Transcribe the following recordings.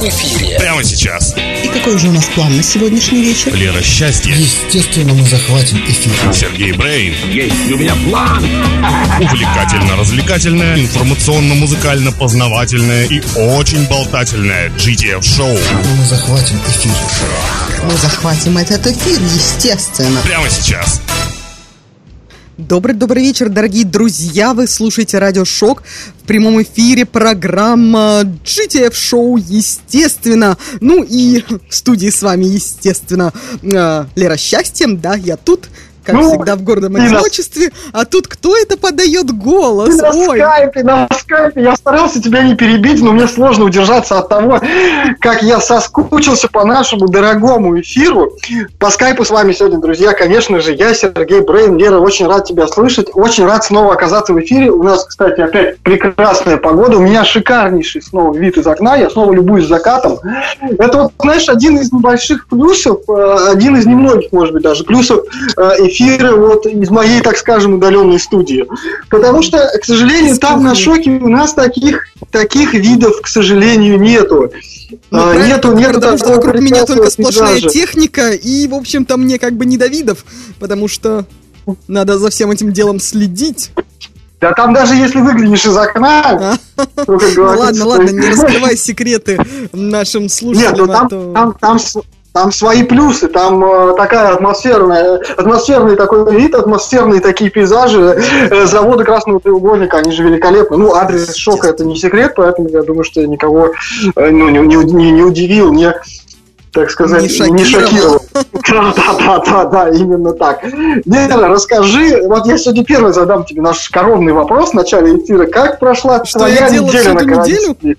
в эфире прямо сейчас. И какой же у нас план на сегодняшний вечер? Лера Счастье. Естественно, мы захватим эфир. Сергей Брейн. Есть у меня план. Увлекательно-развлекательное, информационно-музыкально-познавательное и очень болтательное GTF-шоу. Мы захватим эфир. Мы захватим этот эфир, естественно. Прямо сейчас. Добрый вечер, дорогие друзья. Вы слушаете Радио Шок. В прямом эфире программа GTF-шоу, естественно. Ну и в студии с вами, естественно, Лера Счастье. Да, я тут, как всегда, в гордом одиночестве. А тут кто это подает голос? На скайпе. Я старался тебя не перебить, но мне сложно удержаться от того, как я соскучился по нашему дорогому эфиру. По скайпу с вами сегодня, друзья, конечно же, я, Сергей Брейн. Лера, очень рад тебя слышать. Очень рад снова оказаться в эфире. У нас, кстати, опять прекрасная погода. У меня шикарнейший снова вид из окна. Я снова любуюсь закатом. Это вот, знаешь, один из небольших плюсов, один из немногих, может быть, даже плюсов эфира вот из моей, так скажем, удаленной студии. Потому что, к сожалению, там на Шоке у нас таких видов, к сожалению, нету. Нету потому что вокруг меня только сплошная пейзажа. Техника, и, в общем-то, мне как бы не до видов, потому что надо за всем этим делом следить. Да там даже если выглянешь из окна, то, как говорится, Ладно, не раскрывай секреты нашим слушателям. Нет, там свои плюсы, там такая атмосферный такой вид, атмосферные такие пейзажи. Заводы Красного треугольника, они же великолепны. Ну, адрес Шока это не секрет, поэтому я думаю, что я никого не удивил, так сказать, не шокировал. Да, именно так. Лера, расскажи, вот я сегодня первый задам тебе наш коронный вопрос в начале эфира. Как прошла твоя неделя на карантине?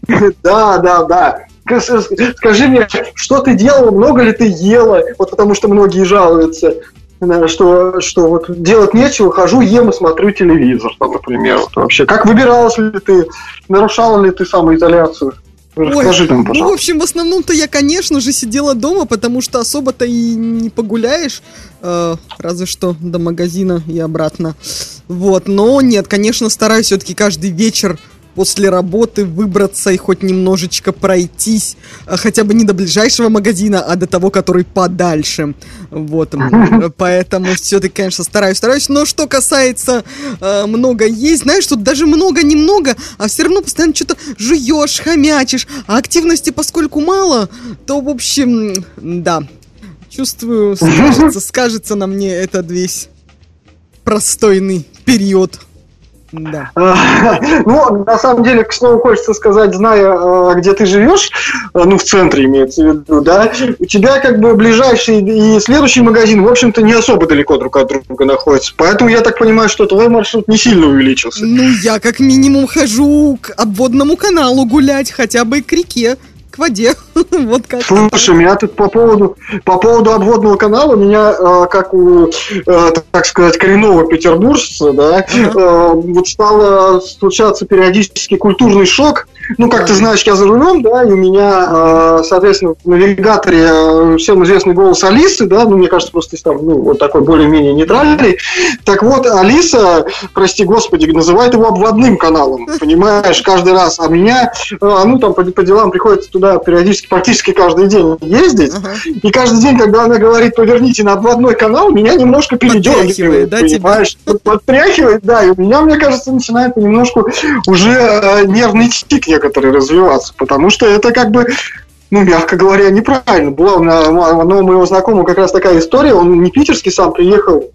Да. Скажи мне, что ты делала, много ли ты ела? Вот потому что многие жалуются, что вот делать нечего, хожу, ем и смотрю телевизор, например. Вот вообще, как выбиралась ли ты, нарушала ли ты самоизоляцию? Расскажи нам, пожалуйста. Ну, в общем, в основном-то я, конечно же, сидела дома, потому что особо-то и не погуляешь, разве что до магазина и обратно. Вот, но нет, конечно, стараюсь все-таки каждый вечер после работы выбраться и хоть немножечко пройтись, хотя бы не до ближайшего магазина, а до того, который подальше. Вот, поэтому все-таки, конечно, стараюсь. Но что касается много есть, знаешь, тут даже много-немного, а все равно постоянно что-то жуешь, хомячишь, а активности поскольку мало, то, в общем, да, чувствую, скажется на мне этот весь простойный период. Да. Ну, на самом деле, к слову, хочется сказать, зная, где ты живешь, ну, в центре имеется в виду, да, у тебя как бы ближайший и следующий магазин, в общем-то, не особо далеко друг от друга находятся. Поэтому я так понимаю, что твой маршрут не сильно увеличился. Ну, я как минимум хожу к обводному каналу гулять, хотя бы к реке, к воде. Вот как. Слушай, меня тут по поводу обводного канала, меня, как у, так сказать, коренного петербуржца, да, вот стало случаться периодически культурный шок. Ну, как ты знаешь, я за рулем, да, и у меня, соответственно, в навигаторе всем известный голос Алисы, да, ну, мне кажется, просто там, ну, вот такой более-менее нейтральный. Так вот, Алиса, прости господи, называет его обводным каналом, понимаешь, каждый раз. А меня, ну, там, по делам приходится туда периодически, практически каждый день ездить. И каждый день, когда она говорит, поверните на обводной канал, меня немножко передергивает, да, понимаешь? Подтряхивает, да, и у меня, мне кажется, начинает понемножку уже нервный тик некоторые развиваться, потому что это как бы, ну, мягко говоря, неправильно. Была у моего знакомого как раз такая история, он не питерский сам приехал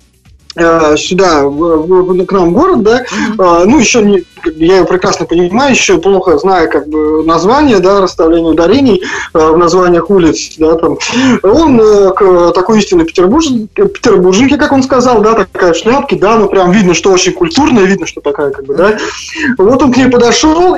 сюда, к нам в город, да, ну, еще не, я его прекрасно понимаю, еще плохо знаю, как бы, название, да, расставление ударений в названиях улиц, да, там, он такой истинный петербурженке, как он сказал, да, такая в шляпке, да, ну, прям видно, что очень культурная, видно, что такая, как бы, да, вот он к ней подошел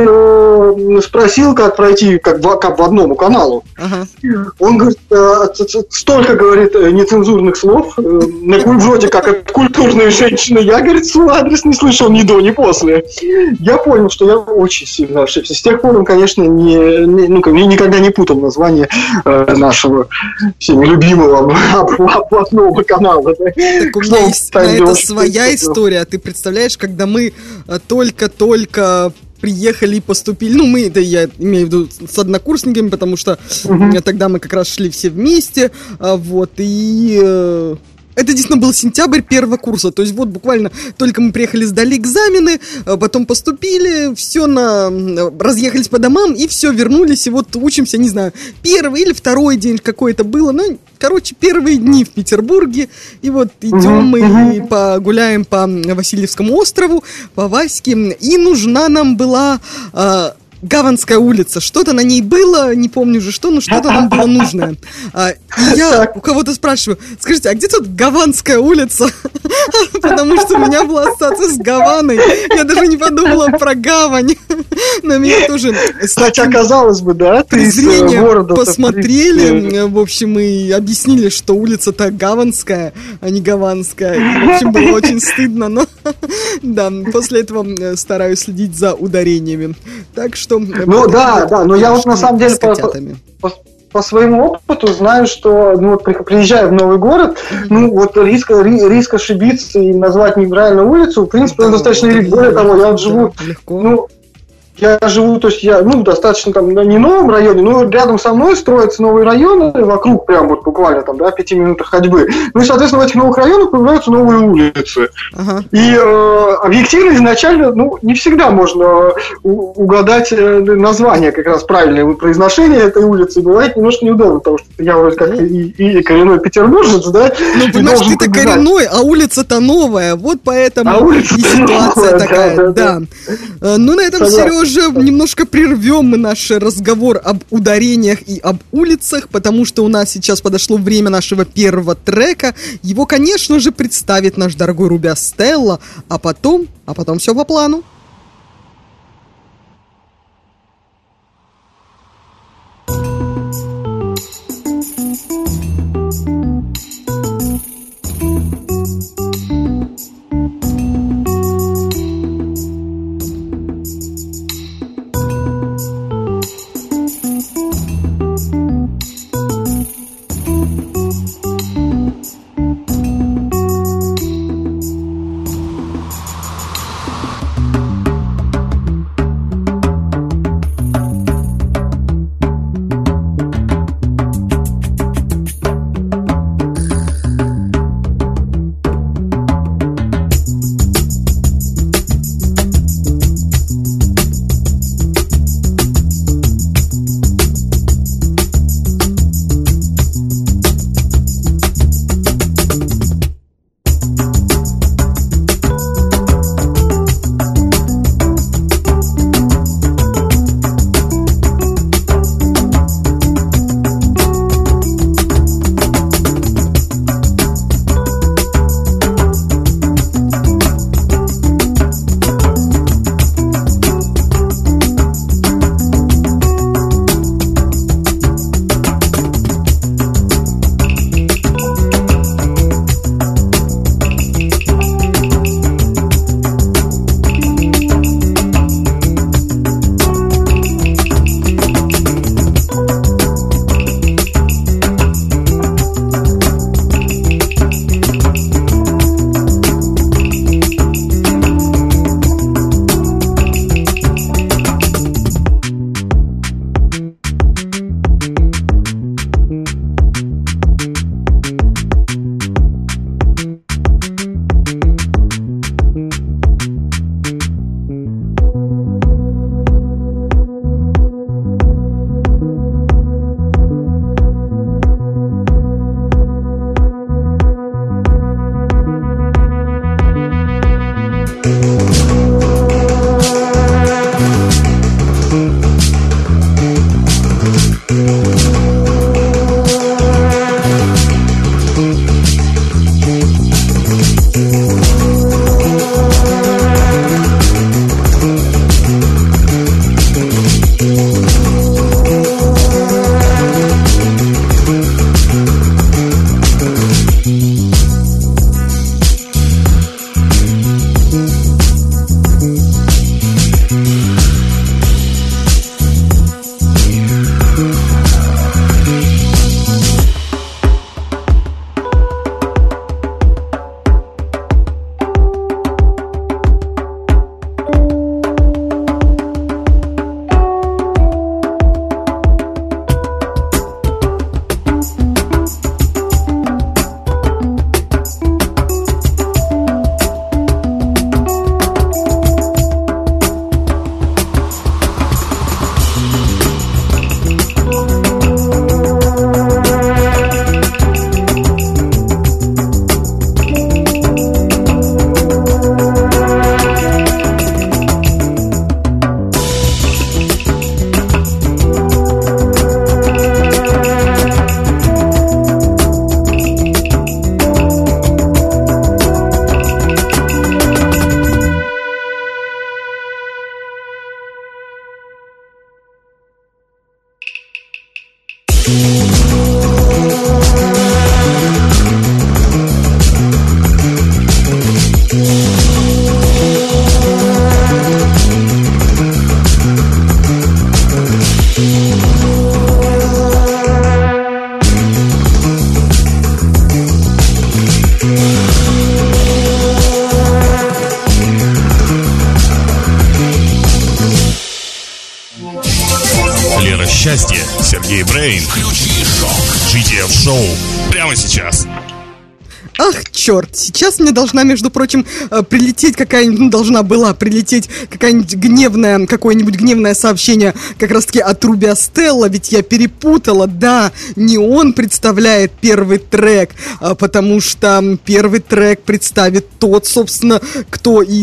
и спросил, как пройти, как в одному каналу. Он говорит, столько, говорит, нецензурных слов, вроде как от культурной женщины, я, говорит, свой адрес не слышал ни до, ни после. Я понял, что я очень сильно ошибся. С тех пор он, конечно, никогда не путал название нашего всеми любимого обводного канала. Так у меня есть на это своя история. Ты представляешь, когда мы только-только приехали и поступили. Ну, мы, это я имею в виду с однокурсниками, потому что тогда мы как раз шли все вместе. Вот, и... Это действительно был сентябрь первого курса, то есть вот буквально только мы приехали, сдали экзамены, потом поступили, все разъехались по домам и все, вернулись, и вот учимся, не знаю, первый или второй день какой-то было, ну, короче, первые дни в Петербурге, и вот идем мы погуляем по Васильевскому острову, по Ваське, и нужна нам была... Гаванская улица. Что-то на ней было, не помню уже что, но что-то нам было нужное. И я у кого-то спрашиваю, скажите, а где тут Гаванская улица? Потому что у меня была ассоциация с Гаваной. Я даже не подумала про гавань. На меня тоже... Хотя, казалось бы, да, ты из города посмотрели, в общем, и объяснили, что улица-то Гаванская, а не Гаванская. И, в общем, было очень стыдно, но да, после этого стараюсь следить за ударениями. Так что... Ну да, но я вот на самом деле по своему опыту знаю, что ну, вот, приезжая в новый город, ну вот риск ошибиться и назвать неправильно улицу, в принципе, он достаточно велик. Более того, я вот живу, ну, я живу, то есть я, ну, достаточно там не в новом районе, но рядом со мной строятся новые районы, вокруг прям вот буквально там, да, 5 минутах ходьбы. Ну и, соответственно, в этих новых районах появляются новые улицы. И объективно изначально, ну, не всегда можно угадать название, как раз правильное произношение этой улицы. Бывает немножко неудобно, потому что я вроде как и коренной петербуржец, да. Ну, понимаешь, ты-то коренной, а улица-то новая, вот поэтому и ситуация такая, да. Ну, на этом, Сережа, немножко прервем мы наш разговор об ударениях и об улицах, потому что у нас сейчас подошло время нашего первого трека. Его, конечно же, представит наш дорогой Рубя Стелла, а потом все по плану. счастье Сергей Брейн. GTF Show прямо сейчас. Ах, черт, сейчас мне должна, между прочим, прилететь какая-нибудь, должна была прилететь какое-нибудь гневное сообщение как раз-таки от Руби Астелла, ведь я перепутала, да, не он представляет первый трек, потому что первый трек представит тот, собственно, кто его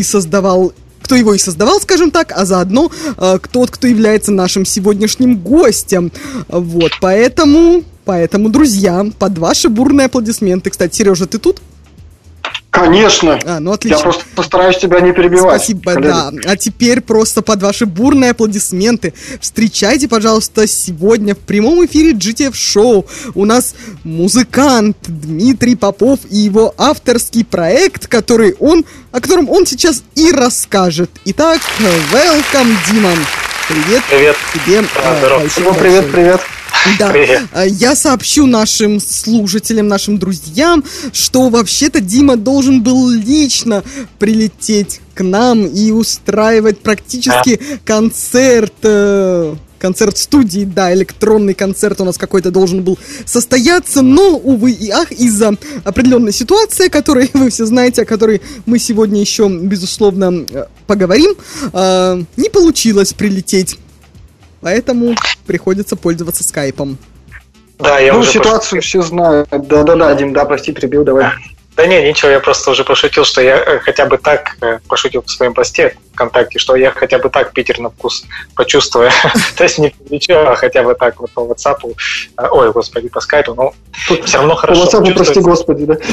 и создавал, скажем так, а заодно тот, кто является нашим сегодняшним гостем. Вот, поэтому, друзья, под ваши бурные аплодисменты. Кстати, Сережа, ты тут? Конечно. Ну отлично. Я просто постараюсь тебя не перебивать. Спасибо, коллега. да. А теперь просто под ваши бурные аплодисменты встречайте, пожалуйста, сегодня в прямом эфире GTF Show у нас музыкант Дмитрий Попов и его авторский проект, о котором он сейчас и расскажет. Итак, welcome, Дима. Привет тебе. Здорово. Привет. Да, я сообщу нашим слушателям, нашим друзьям, что вообще-то Дима должен был лично прилететь к нам и устраивать практически концерт в студии, да, электронный концерт у нас какой-то должен был состояться, но, увы и ах, из-за определенной ситуации, которую вы все знаете, о которой мы сегодня еще, безусловно, поговорим, не получилось прилететь. Поэтому приходится пользоваться скайпом. Да, я уже ситуацию все знаю. Да, Дим, прости, перебил, давай. Да не, ничего, я просто уже пошутил, что я хотя бы так, пошутил в своем посте ВКонтакте, что я хотя бы так Питер на вкус почувствую. То есть не ничего, а хотя бы так вот по WhatsApp, по скайпу, но все равно хорошо. По WhatsApp, прости господи, да?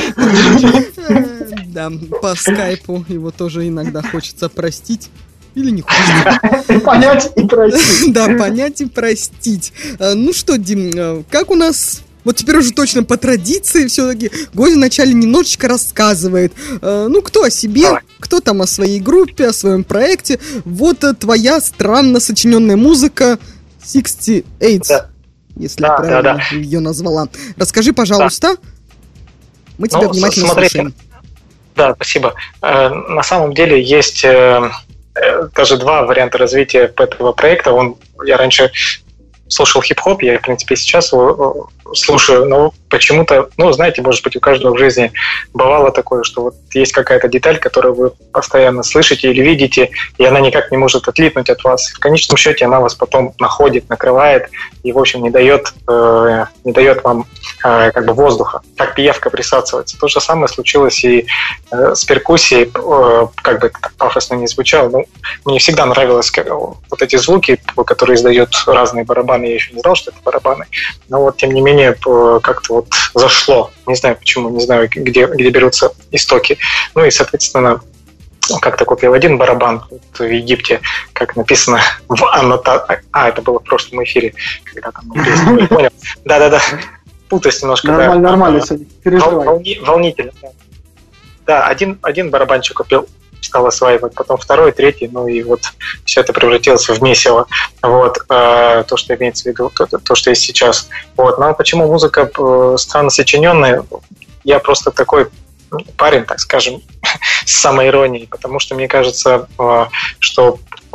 Да, по скайпу его тоже иногда хочется простить. Или не хочется. Понять и простить. Да, понять и простить. Ну что, Дим, как у нас... Вот теперь уже точно по традиции все-таки гость вначале немножечко рассказывает. Кто о себе, кто там о своей группе, о своем проекте. Вот твоя странно сочиненная музыка 68, если я правильно ее назвала. Расскажи, пожалуйста. Мы тебя внимательно слушаем. Да, спасибо. На самом деле есть... даже два варианта развития этого проекта. Я раньше слушал хип-хоп, я, в принципе, сейчас его слушаю, но почему-то, знаете, может быть, у каждого в жизни бывало такое, что вот есть какая-то деталь, которую вы постоянно слышите или видите, и она никак не может отлипнуть от вас. В конечном счете она вас потом находит, накрывает и, в общем, не дает вам воздуха. Так пиявка присасывается. То же самое случилось и с перкуссией, как бы это пафосно не звучало, но мне всегда нравилось вот эти звуки, которые издают разные барабаны. Я еще не знал, что это барабаны, но вот, тем не менее, как-то вот зашло. Не знаю почему, не знаю, где берутся истоки. Ну и, соответственно, как-то купил один барабан в Египте, как написано в аннотации. Это было в прошлом эфире, когда там не понял. Да. Путаюсь немножко. Нормально, волнительно. Да, один барабанчик купил, стал осваивать, потом второй, третий, и вот все это превратилось в месиво. Вот, то, что имеется в виду, то, что есть сейчас. Вот, но почему музыка странно сочиненная? Я просто такой парень, так скажем, с самоиронией, потому что мне кажется, что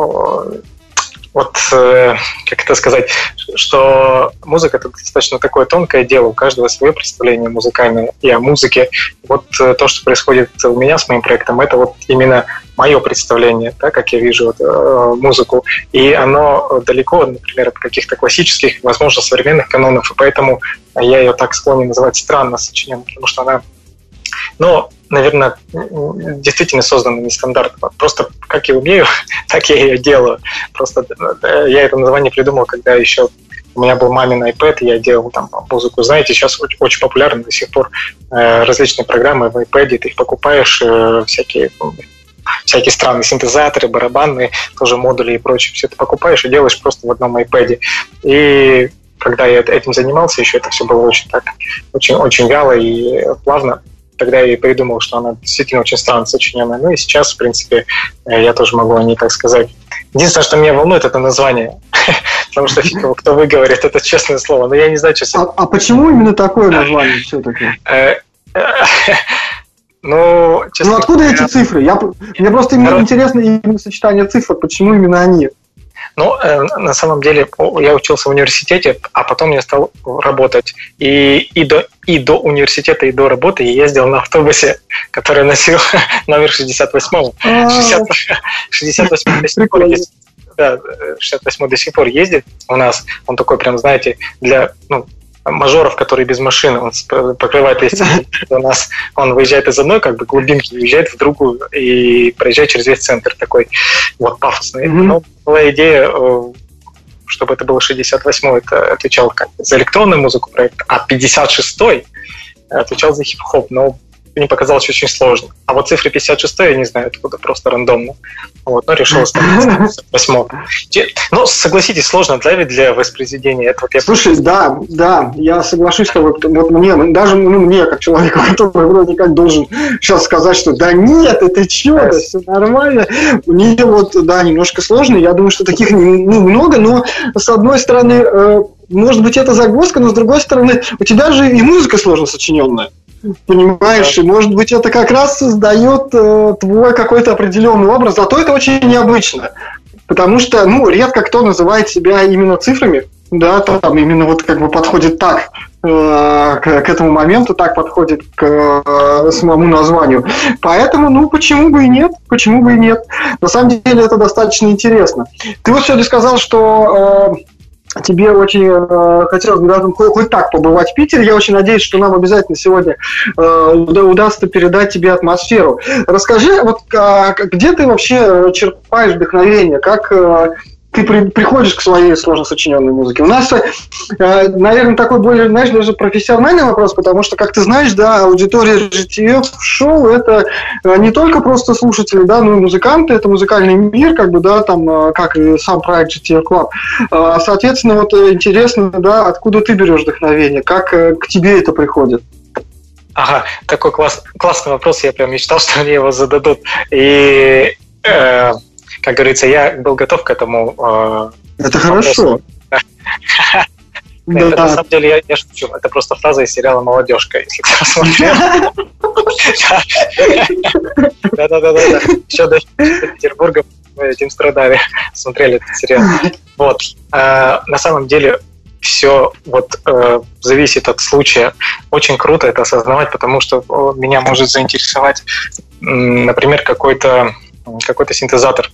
как это сказать, что музыка — это достаточно такое тонкое дело, у каждого свое представление музыкальное и о музыке. Вот то, что происходит у меня с моим проектом, это вот именно мое представление, да, как я вижу музыку, и оно далеко, например, от каких-то классических, возможно, современных канонов, и поэтому я ее так склонен называть странно сочиненной, потому что она, наверное, действительно создана нестандартно. Просто как я умею, так я ее делаю. Просто я это название придумал, когда еще у меня был мамин iPad, я делал там музыку. Знаете, сейчас очень популярны до сих пор различные программы в iPad, ты их покупаешь, всякие странные синтезаторы, барабанные, тоже модули и прочее. Все это покупаешь и делаешь просто в одном iPad. И когда я этим занимался, еще это все было очень вяло и плавно. Тогда я и придумал, что она действительно очень странно сочиненная. Ну и сейчас, в принципе, я тоже могу о ней так сказать. Единственное, что меня волнует, это название. Потому что фиг его кто выговорит, это честное слово. Но я не знаю, что... А почему именно такое название все-таки? Честно откуда эти цифры? Мне просто интересно именно сочетание цифр. Почему именно они? Ну, на самом деле, я учился в университете, а потом я стал работать. И до университета, и до работы я ездил на автобусе, который носил номер 68. 68 до сих пор ездит. Да, 68 до сих пор ездит у нас. Он такой прям, знаете, для мажоров, которые без машины, он покрывает весь у нас. Он выезжает из одной как бы глубинки, уезжает в другую и проезжает через весь центр такой вот пафосный. Но была идея, чтобы это было 68-й, это отвечал за электронную музыку проект, а 56-й отвечал за хип-хоп, но мне показалось очень сложно. А вот цифры 56 я не знаю откуда, просто рандомно. Вот, но решил оставить 58. Ну, согласитесь, сложно для воспроизведения. Это вот я... Слушай, да, я соглашусь с тобой. Вот мне, как человеку, который вроде как должен сейчас сказать, что да нет, это чё, да все нормально. Мне вот, да, немножко сложно. Я думаю, что таких много, но с одной стороны, может быть, это загвоздка, но с другой стороны, у тебя же и музыка сложно сочиненная. Понимаешь, и может быть это как раз создает твой какой-то определенный образ, зато это очень необычно, потому что, редко кто называет себя именно цифрами, да, там именно вот как бы подходит так к этому моменту, так подходит к самому названию. Поэтому, почему бы и нет, на самом деле это достаточно интересно. Ты вот сегодня сказал, что... Тебе очень хотелось бы даже хоть так побывать в Питере. Я очень надеюсь, что нам обязательно сегодня удастся передать тебе атмосферу. Расскажи, вот где ты вообще черпаешь вдохновение? Как ты приходишь к своей сложно сочиненной музыке? У нас, наверное, такой более, даже профессиональный вопрос, потому что, как ты знаешь, да, аудитория GTF-шоу – это не только просто слушатели, да, но и музыканты, это музыкальный мир, как бы, да, там, как и сам проект GTF Club. Соответственно, вот интересно, да, откуда ты берешь вдохновение, как к тебе это приходит? Ага, такой классный вопрос, я прям мечтал, что мне его зададут. И... как говорится, я был готов к этому. Это хорошо. Нет, на самом деле я шучу. Это просто фраза из сериала «Молодежка», если кто смотрел. Да. Еще до Петербурга мы этим страдали, смотрели этот сериал. Вот. На самом деле все вот зависит от случая. Очень круто это осознавать, потому что меня может заинтересовать, например, какой-то синтезатор.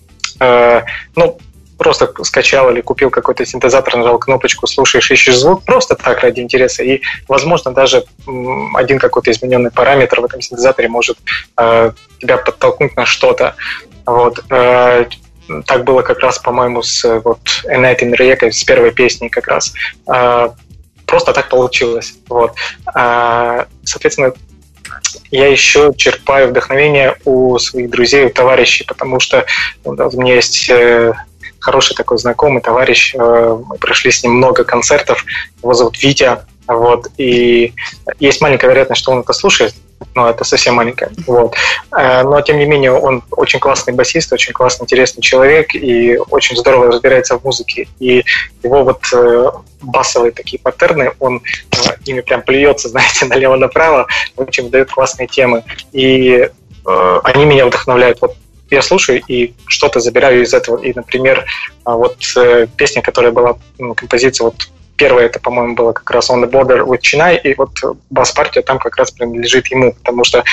Просто скачал или купил какой-то синтезатор, нажал кнопочку, слушаешь, ищешь звук, просто так, ради интереса. И, возможно, даже один какой-то измененный параметр в этом синтезаторе может тебя подтолкнуть на что-то. Вот. Так было как раз, по-моему, с A Night in Rijeka, с первой песней как раз. Просто так получилось. Вот. Соответственно, я еще черпаю вдохновение у своих друзей, у товарищей, потому что у меня есть хороший такой знакомый товарищ, мы прошли с ним много концертов, его зовут Витя, вот, и есть маленькая вероятность, что он это слушает, но это совсем маленькая, вот. Но, тем не менее, он очень классный басист, очень классный, интересный человек и очень здорово разбирается в музыке, и его вот басовые такие паттерны, он ими прям плюется, знаете, налево-направо, очень выдает классные темы, и они меня вдохновляют. Вот я слушаю и что-то забираю из этого. И, например, вот песня, которая была, композиция, вот первая, это, по-моему, была как раз On the Border with Chennai, и вот бас-партия там как раз принадлежит ему, потому что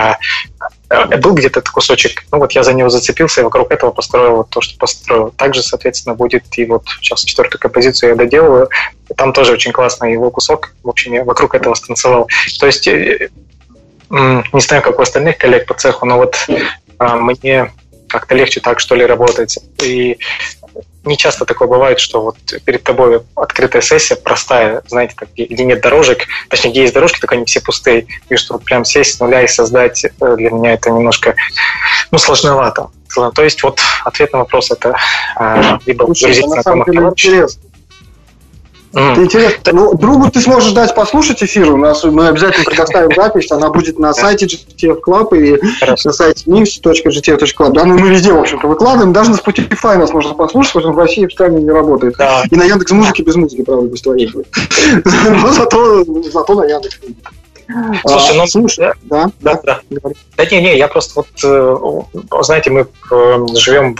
был где-то этот кусочек, вот я за него зацепился, и вокруг этого построил вот то, что построил. Также, соответственно, будет и вот сейчас четвертую композицию я доделываю, и там тоже очень классный его кусок, в общем, я вокруг этого станцевал. То есть, не знаю, как у остальных коллег по цеху, но вот мне как-то легче так, что ли, работать. И не часто такое бывает, что вот перед тобой открытая сессия, простая, знаете, так, где нет дорожек, точнее, где есть дорожки, только они все пустые. И что вот прям сесть с нуля и создать, для меня это немножко, сложновато. То есть вот ответ на вопрос это либо друзей знакомых товарищей. Интересно. Другу ты сможешь дать послушать эфир. Мы обязательно предоставим запись. Она будет на сайте GTF Club и на сайте news.gtf.club. Да, мы везде, в общем-то, выкладываем. Даже на Spotify нас можно послушать, потому что в России официально не работает. Да. И на Яндекс.Музыке без музыки, правда, без твоей. Но зато на Яндекс. Слушай, Слушай, да. Да, не, я просто знаете, мы живем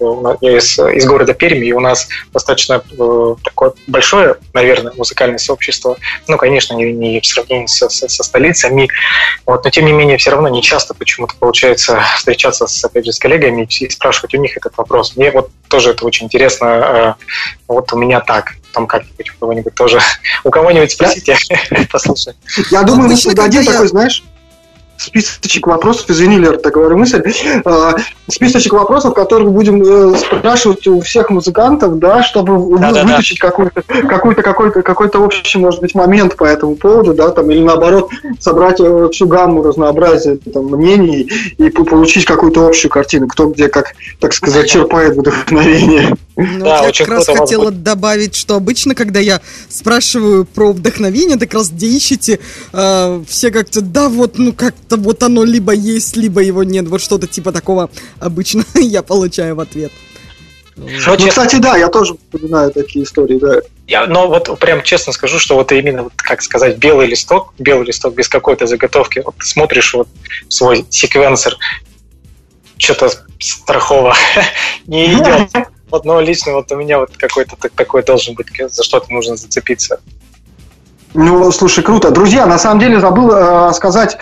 из города Перми, и у нас достаточно такое большое, наверное, музыкальное сообщество. Ну, конечно, не в сравнении со столицами, но тем не менее все равно не часто почему-то получается встречаться опять же с коллегами и спрашивать у них этот вопрос. Мне тоже это очень интересно. У меня так. Там как-нибудь у кого-нибудь тоже. У кого-нибудь спросите, послушай. Я думаю, мы дадим такой, знаешь, списочек вопросов, извини, Лер, так говорю мысль, списочек вопросов, которые будем спрашивать у всех музыкантов, да, чтобы вытащить какой-то общий, может быть, момент по этому поводу, да, там, или наоборот, собрать всю гамму разнообразия там, мнений и получить какую-то общую картину, кто где, как, так сказать, черпает вдохновение. Я как раз хотела добавить, что обычно, когда я спрашиваю про вдохновение, так раз где ищете, все как-то, как-то оно либо есть, либо его нет. Вот что-то типа такого обычно я получаю в ответ. Кстати, да, я тоже вспоминаю такие истории, да. Но прям честно скажу, что именно, как сказать, белый листок без какой-то заготовки, ты смотришь свой секвенсор, что-то страхово не идет. Но лично у меня какой-то такой должен быть, за что-то нужно зацепиться. Ну, слушай, круто. Друзья, на самом деле забыл сказать,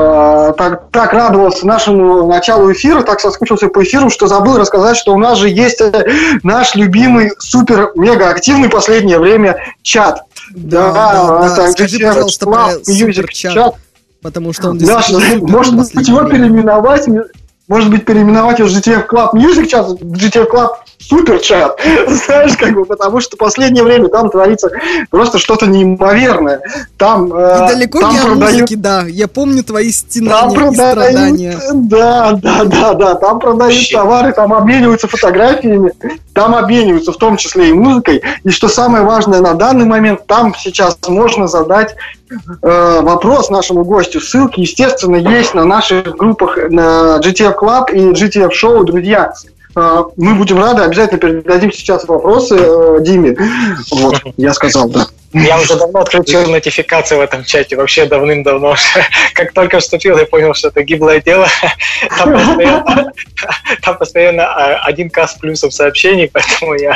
так радовался нашему началу эфира, так соскучился по эфиру, что забыл рассказать, что у нас же есть наш любимый супер-мега-активный в последнее время чат. Да. Скажи, пожалуйста, про супер-чат, потому что он действительно... Может быть, его переименовать... Может быть, переименовать его GTF Club Music чат в GTF Club Super чат. Знаешь, потому что в последнее время там творится просто что-то неимоверное. Там далеко не о музыке, да. Я помню твои стенания и страдания. Да. Там продают товары, там обмениваются фотографиями, там обмениваются в том числе и музыкой. И что самое важное на данный момент, там сейчас можно задать вопрос нашему гостю. Ссылки, естественно, есть на наших группах на GTF Club и GTF Show, друзья. Мы будем рады, обязательно передадим сейчас вопросы Диме. Я сказал, да. Я уже давно отключил нотификации в этом чате, вообще давным-давно. Как только вступил, я понял, что это гиблое дело. Там постоянно 1К с плюсом сообщений, поэтому я...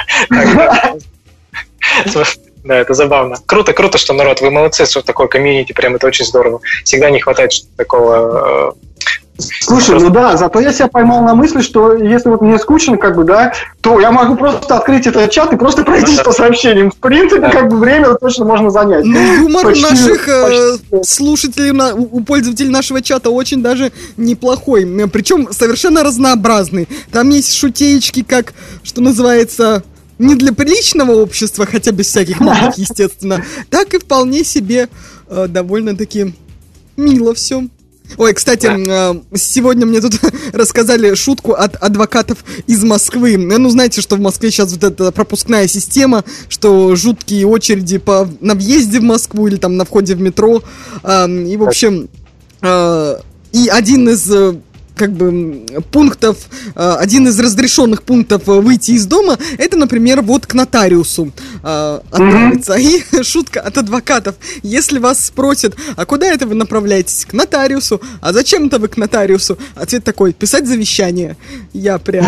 Да, это забавно. Круто, что народ, вы молодцы, что такое комьюнити, прям это очень здорово. Всегда не хватает такого... Слушай, зато я себя поймал на мысли, что если мне скучно, то я могу просто открыть этот чат и просто пройтись по сообщениям. В принципе, время точно можно занять. Юмор наших слушателей, у пользователей нашего чата очень даже неплохой. Причем совершенно разнообразный. Там есть шутеечки, как, что называется... Не для приличного общества, хотя без всяких матов, естественно, так и вполне себе довольно-таки мило все. Ой, кстати, сегодня мне тут рассказали шутку от адвокатов из Москвы. Ну, знаете, что в Москве сейчас эта пропускная система, что жуткие очереди на въезде в Москву или там на входе в метро. И, в общем, и один из... пунктов, один из разрешенных пунктов выйти из дома, это, например, к нотариусу отправиться. И шутка от адвокатов. Если вас спросят, а куда это вы направляетесь? К нотариусу. А зачем это вы к нотариусу? Ответ такой: писать завещание. Я прям...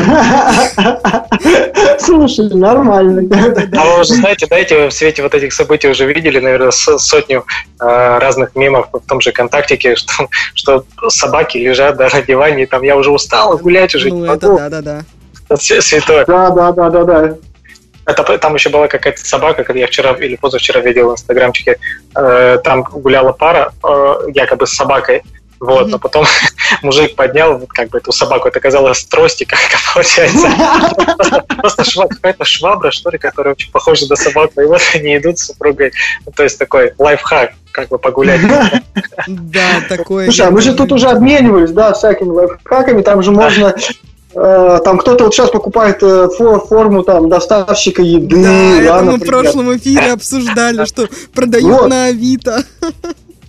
Слушай, нормально. А вы уже знаете, в свете этих событий уже видели, наверное, сотню разных мемов в том же ВКонтактике, что собаки лежат на диване, и там я уже устал гулять уже. Ну, это да. Это святое. Да. Там еще была какая-то собака, когда я вчера или позавчера видел в инстаграмчике, там гуляла пара, якобы с собакой, но потом мужик поднял эту собаку, это оказалось трости, как получается. Просто какая-то швабра, что ли, которая очень похожа на собаку, и вот они идут с супругой, то есть такой лайфхак, погулять. Да, такое. Слушай, а мы же тут уже обменивались, всякими лайфхаками, там же можно... Там кто-то сейчас покупает форму доставщика еды. Да, это мы в прошлом эфире обсуждали, что продают на Авито.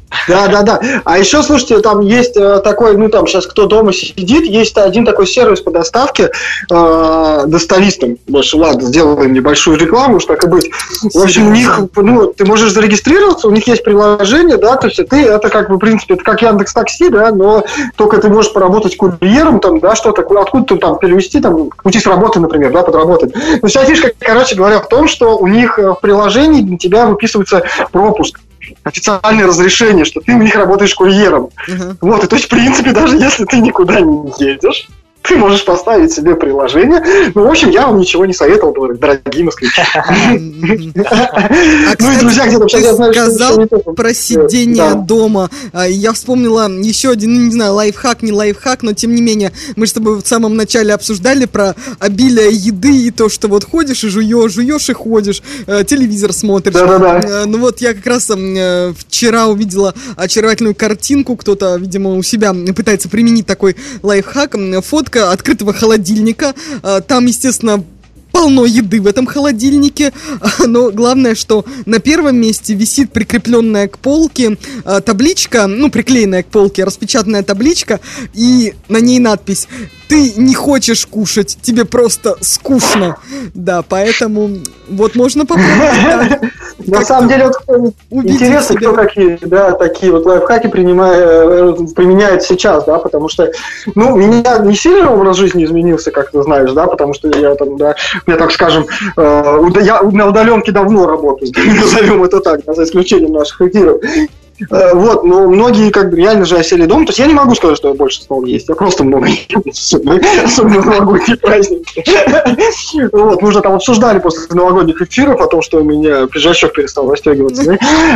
Да. А еще, слушайте, там есть такой, ну там сейчас кто дома сидит, есть один такой сервис по доставке доставистам. Больше, ладно, сделаем небольшую рекламу, уж так и быть. В общем, у них, ну, ты можешь зарегистрироваться, у них есть приложение, да, то есть это как бы, в принципе, это как Яндекс.Такси, да, но только ты можешь поработать курьером, там, да, что-то, откуда-то там перевести, там, уйти с работы, например, да, подработать. Но вся фишка, короче говоря, в том, что у них в приложении для тебя выписывается пропуск, официальное разрешение, что ты у них работаешь курьером. Вот, и то есть, в принципе, даже если ты никуда не едешь, ты можешь поставить себе приложение. Ну, в общем, я вам ничего не советовал, дорогие москвичи. Ну и, друзья, где-то сейчас я знаю, что сказал про сидение дома. Я вспомнила еще один, не знаю, лайфхак, не лайфхак, но тем не менее, мы же с тобой в самом начале обсуждали про обилие еды и то, что вот ходишь и жуешь и ходишь, телевизор смотришь. Да. Ну вот я как раз вчера увидела очаровательную картинку, кто-то, видимо, у себя пытается применить такой лайфхак, фотка открытого холодильника, там, естественно, полно еды в этом холодильнике, но главное, что на первом месте висит прикрепленная к полке табличка, ну, приклеенная к полке, распечатанная табличка, и на ней надпись: «Ты не хочешь кушать, тебе просто скучно». Да, поэтому вот можно попробовать. На самом деле, вот интересно, кто такие вот лайфхаки применяет сейчас, да, потому что, ну, у меня не сильно образ жизни изменился, как ты знаешь, да, потому что я там, да, я, так скажем, я на удаленке давно работаю, назовем это так, за исключением наших эфиров. Вот, но многие как бы реально же осели дома. То есть я не могу сказать, что я больше стал есть. Я просто много ем, особенно в новогодние праздники. Вот, мы уже там обсуждали после новогодних эфиров о том, что у меня пиджачок перестал расстегиваться.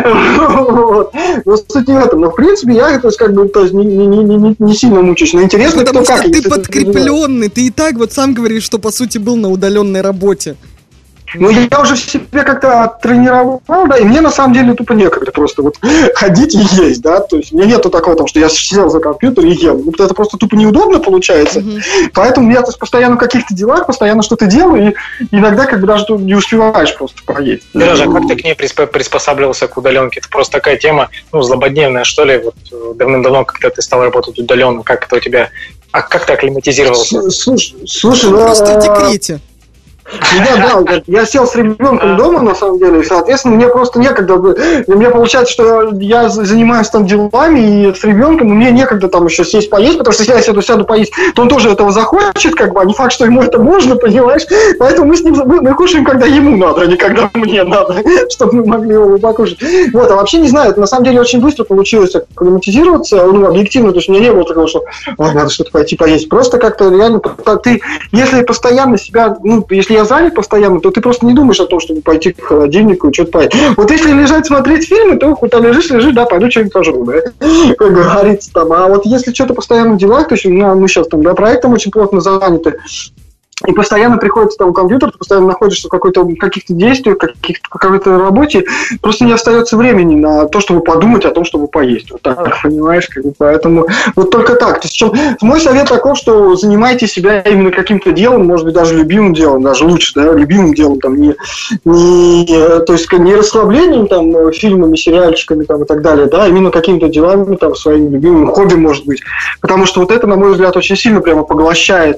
Но суть не в этом. Но в принципе я, то есть, как бы, не сильно мучаюсь. Но интересно, кто как. Потому что ты подкрепленный, ты и так вот сам говоришь, что по сути был на удаленной работе. Ну, я уже в себе как-то тренировал, да, и мне на самом деле тупо некогда просто вот ходить и есть, да, то есть у меня нету такого, там, что я сел за компьютер и ем, ну, это просто тупо неудобно получается, поэтому я, то есть, постоянно в каких-то делах, постоянно что-то делаю, и иногда как бы даже не успеваешь просто поесть. Сережа, как ты к ней приспосабливался к удаленке? Это просто такая тема, ну, злободневная, что ли, вот давным-давно, когда ты стал работать удаленно, как это у тебя, как ты акклиматизировался? Слушай, ну... Просто в декрете. Да, я сел с ребенком дома, на самом деле, и, соответственно, мне просто некогда. Мне получается, что я занимаюсь там делами и с ребенком, и мне некогда там еще сесть поесть, потому что если я сяду поесть, то он тоже этого захочет, как бы, а не факт, что ему это можно, понимаешь? Поэтому мы с ним мы кушаем, когда ему надо, а не когда мне надо, чтобы мы могли его покушать. Вот, а вообще не знаю, это на самом деле очень быстро получилось акклиматизироваться, ну, объективно, то есть у меня не было такого, что надо что-то пойти поесть. Просто как-то реально ты, если постоянно себя, ну, если я занят постоянно, то ты просто не думаешь о том, чтобы пойти к холодильнику и что-то поесть. Вот если лежать смотреть фильмы, то куда лежишь, да, пойду что-нибудь пожру, да, как говорится там. А вот если что-то постоянно в делах, то есть мы сейчас там, да, проектом очень плотно заняты, и постоянно приходится там компьютер, ты постоянно находишься в каких-то действиях, какой-то работе, просто не остается времени на то, чтобы подумать о том, чтобы поесть. Вот так, понимаешь? Как бы, поэтому вот только так. То есть, мой совет такой, что занимайте себя именно каким-то делом, может быть, даже любимым делом, даже лучше, да, любимым делом, там, то есть не расслаблением, там, фильмами, сериальчиками, там, и так далее, да, именно какими-то делами, там, своим любимым хобби, может быть. Потому что вот это, на мой взгляд, очень сильно прямо поглощает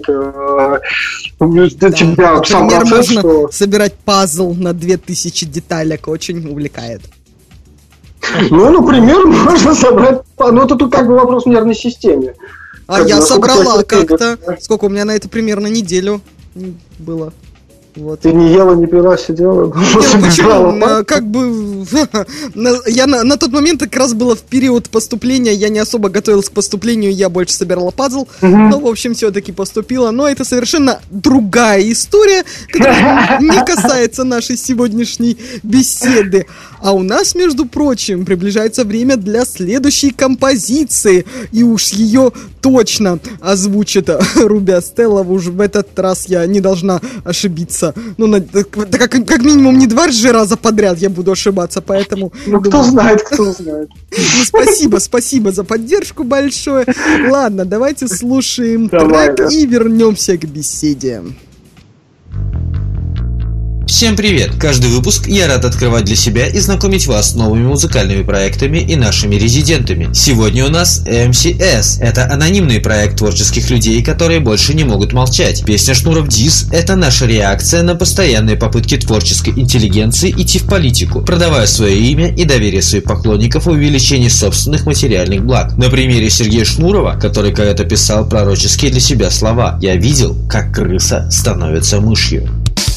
тебя сам процесс, можно что... собирать пазл на 2000 деталек, очень увлекает. Ну, например, можно собрать... Ну, это тут как бы вопрос в нервной системе. А я собрала как-то... Сколько у меня на это примерно неделю было. Вот. Ты не ела, не пила, сидела? Почему? Как бы... Я на тот момент как раз было в период поступления, я не особо готовилась к поступлению, я больше собирала пазл, но, в общем, все-таки поступила. Но это совершенно другая история, которая не касается нашей сегодняшней беседы. А у нас, между прочим, приближается время для следующей композиции, и уж ее точно озвучит Руби Стеллова. Уж в этот раз я не должна ошибиться. Ну, как минимум не 2 раза подряд я буду ошибаться, поэтому... Ну, кто знает, кто знает. Ну, спасибо за поддержку большое. Ладно, давайте слушаем трек и вернемся к беседе. Всем привет! Каждый выпуск я рад открывать для себя и знакомить вас с новыми музыкальными проектами и нашими резидентами. Сегодня у нас MCS. Это анонимный проект творческих людей, которые больше не могут молчать. Песня Шнуров Дис – это наша реакция на постоянные попытки творческой интеллигенции идти в политику, продавая свое имя и доверие своих поклонников в увеличении собственных материальных благ. На примере Сергея Шнурова, который когда-то писал пророческие для себя слова: «Я видел, как крыса становится мышью».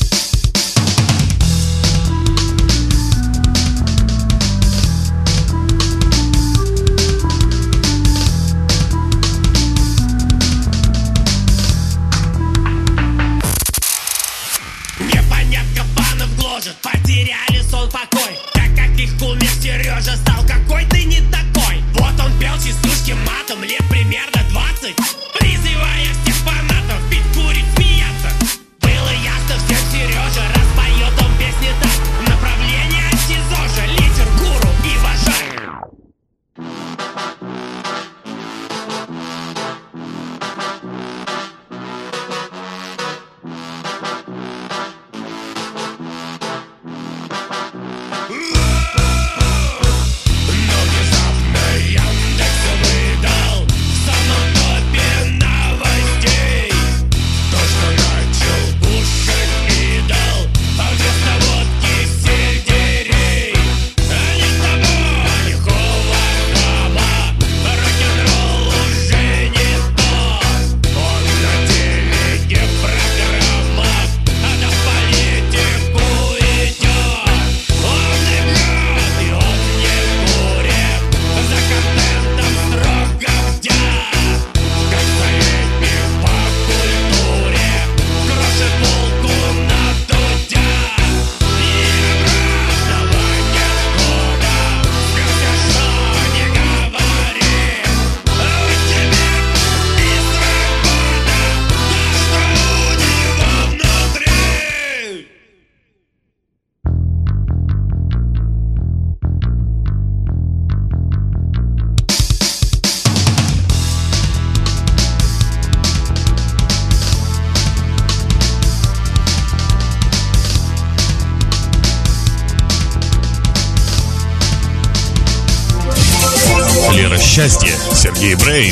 Потеряли сон, покой, так как их кумир Сережа стал какой-то не такой. Вот он пел частушки матом лет примерно 20, призывая всех фанатов пить, курить, смеяться. Было ясно всем, Сережа распоет он песни так. Направление СИЗО же, лидер, гуру и вожак. Лера Счастье, Сергей Брейн.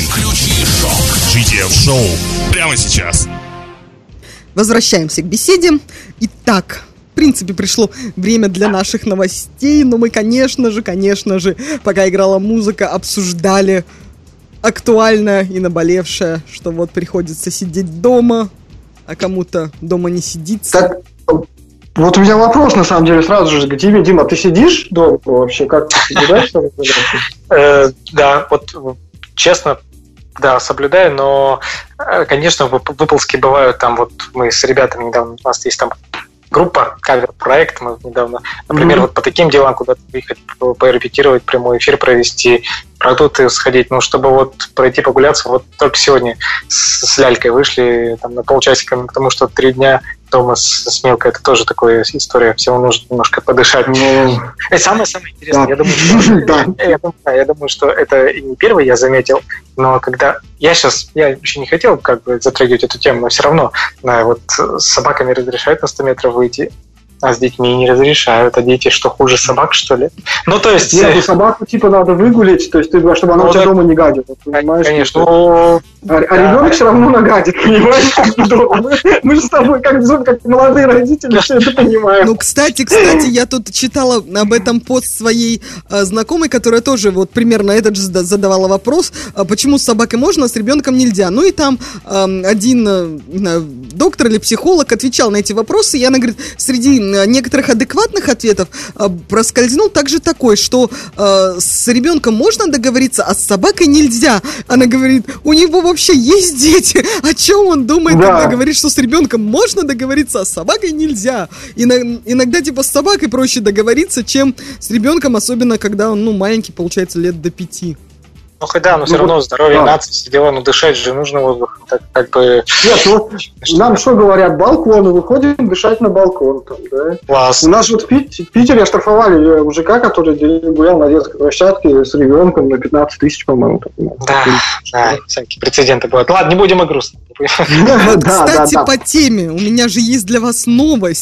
GTF Show прямо сейчас. Возвращаемся к беседе. Итак, в принципе, пришло время для наших новостей, но мы, конечно же, пока играла музыка, обсуждали актуальное и наболевшее, что вот приходится сидеть дома, а кому-то дома не сидится. Так, вот у меня вопрос, на самом деле, сразу же к тебе. Дима, ты сидишь дома вообще? Как ты соблюдаешь? Да, вот честно, да, соблюдаю, но, конечно, выползки бывают. Там вот мы с ребятами недавно, у нас есть там группа, кавер-проект, мы недавно, например, вот по таким делам куда-то выехать, порепетировать, прямой эфир провести, продукты сходить, ну, чтобы вот пройти прогуляться. Вот только сегодня с Лялькой вышли там на полчасика, потому что 3 дня дома с мелкой, это тоже такая история, всего нужно немножко подышать. Самое интересное, я думаю, что это и не первый я заметил, но когда я еще не хотел как бы затрагивать эту тему, но все равно вот с собаками разрешают на 100 метров выйти, а с детьми не разрешают. А дети что, хуже собак, что ли? Ну, то есть... Нет, собаку типа надо выгулить, то есть чтобы она у тебя дома не гадила, понимаешь? Конечно. А ребенок все равно нагадит, понимаешь? Мы же с тобой как молодые родители все это понимаем. Ну, кстати, я тут читала об этом пост своей знакомой, которая тоже вот примерно этот же задавала вопрос, почему с собакой можно, а с ребенком нельзя. Ну и там один доктор или психолог отвечал на эти вопросы, и она говорит, среди некоторых адекватных ответов проскользнул также такой, что с ребенком можно договориться, а с собакой нельзя. Она говорит, у него вообще есть дети, о чем он думает, когда говорит, что с ребенком можно договориться, а с собакой нельзя. Иногда типа с собакой проще договориться, чем с ребенком, особенно когда он маленький, получается, лет до 5. Ну, хоть да, но все равно здоровье нации, все дела, но дышать же нужно воздух. Так, как бы... Нет, ну, нам что говорят, балконы, выходим дышать на балкон. Там, да? Класс. У нас вот в Питере оштрафовали мужика, который гулял на детской площадке с ребенком на 15 тысяч, по-моему. Да, всякие прецеденты бывают. Ладно, не будем о грустном. Кстати, по теме, у меня же есть для вас новость.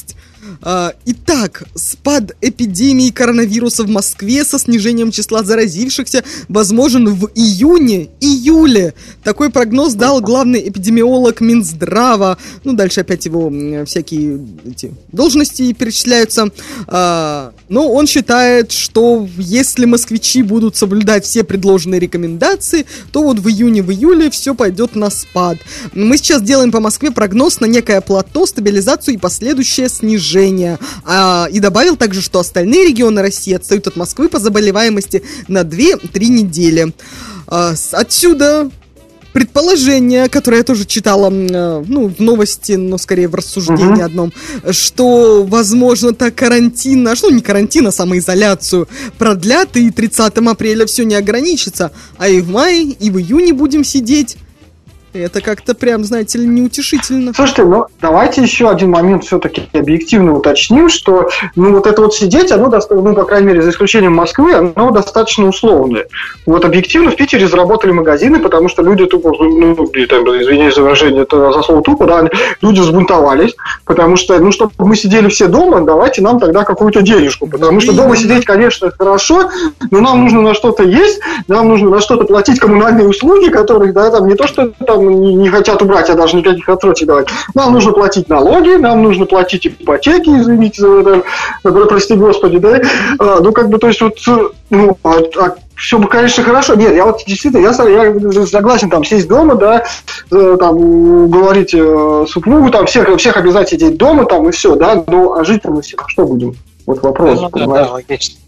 Итак, спад эпидемии коронавируса в Москве со снижением числа заразившихся возможен в июне-июле. Такой прогноз дал главный эпидемиолог Минздрава. Ну, дальше опять его всякие эти должности перечисляются. Но он считает, что если москвичи будут соблюдать все предложенные рекомендации, то вот в июне-июле все пойдет на спад. Мы сейчас делаем по Москве прогноз на некое плато, стабилизацию и последующее снижение. И добавил также, что остальные регионы России отстают от Москвы по заболеваемости на 2-3 недели. Отсюда предположение, которое я тоже читала, в новости, но скорее в рассуждении одном, что, возможно, карантин, не карантин, а самоизоляцию продлят, и 30 апреля все не ограничится, а и в мае, и в июне будем сидеть. Это как-то прям, знаете ли, неутешительно. Слушайте, давайте еще один момент все-таки объективно уточним, что, вот это вот сидеть, оно, по крайней мере, за исключением Москвы, оно достаточно условное. Вот объективно в Питере заработали магазины, потому что люди тупо, извините за выражение, это за слово тупо, да, люди взбунтовались, потому что, чтобы мы сидели все дома, давайте нам тогда какую-то денежку, потому что дома сидеть, конечно, хорошо, но нам нужно на что-то есть, нам нужно на что-то платить коммунальные услуги, которых, да, там не то, что там не хотят убрать, а даже никаких отсрочек давать. Нам нужно платить налоги, нам нужно платить ипотеки, извините за это, прости господи, да. То есть все бы, конечно, хорошо. Нет, я действительно, я согласен, сесть дома, да, говорить супругу, всех обязать сидеть дома, и все, да, а жить-то мы все что будем? Вот вопрос, понимаешь? Да, логично.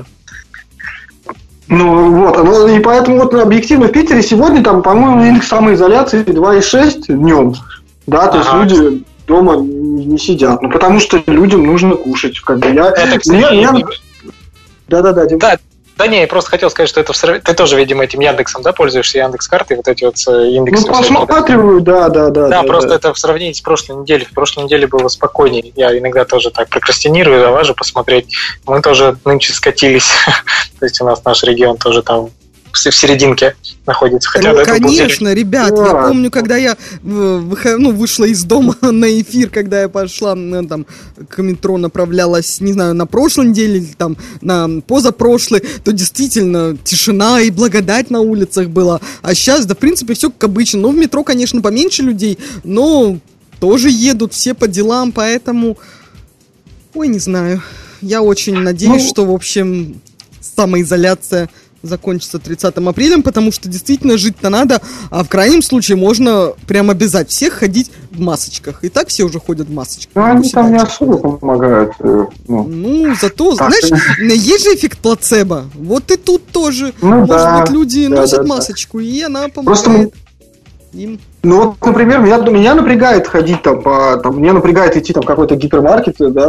И поэтому объективно в Питере сегодня, по-моему, индекс самоизоляции 2,6 днем, да, то есть люди дома не сидят, потому что людям нужно кушать, Да, Дим. Да не, я просто хотел сказать, что ты тоже, видимо, этим Яндексом, да, пользуешься, Яндекс.Картой, вот эти вот индексы. Посматриваю, да. Просто это в сравнении с прошлой неделей. В прошлой неделе было спокойнее. Я иногда тоже так прокрастинирую, завожу посмотреть. Мы тоже нынче скатились. То есть у нас наш регион тоже там в серединке находится. Конечно, ребят, я помню, когда я вышла из дома на эфир, когда я пошла к метро, направлялась, не знаю, на прошлой неделе или на позапрошлой, то действительно тишина и благодать на улицах была. А сейчас, в принципе, все как обычно. В метро, конечно, поменьше людей, но тоже едут все по делам, поэтому... не знаю. Я очень надеюсь, что, в общем, самоизоляция закончится 30 апреля, потому что действительно жить-то надо, а в крайнем случае можно прям обязать всех ходить в масочках. И так все уже ходят в масочках. Они там не особо помогают. Зато, знаешь, есть же эффект плацебо. Вот и тут тоже. Может быть, люди носят масочку, и она помогает им. Например, меня напрягает ходить мне напрягает идти в какой-то гипермаркет, да,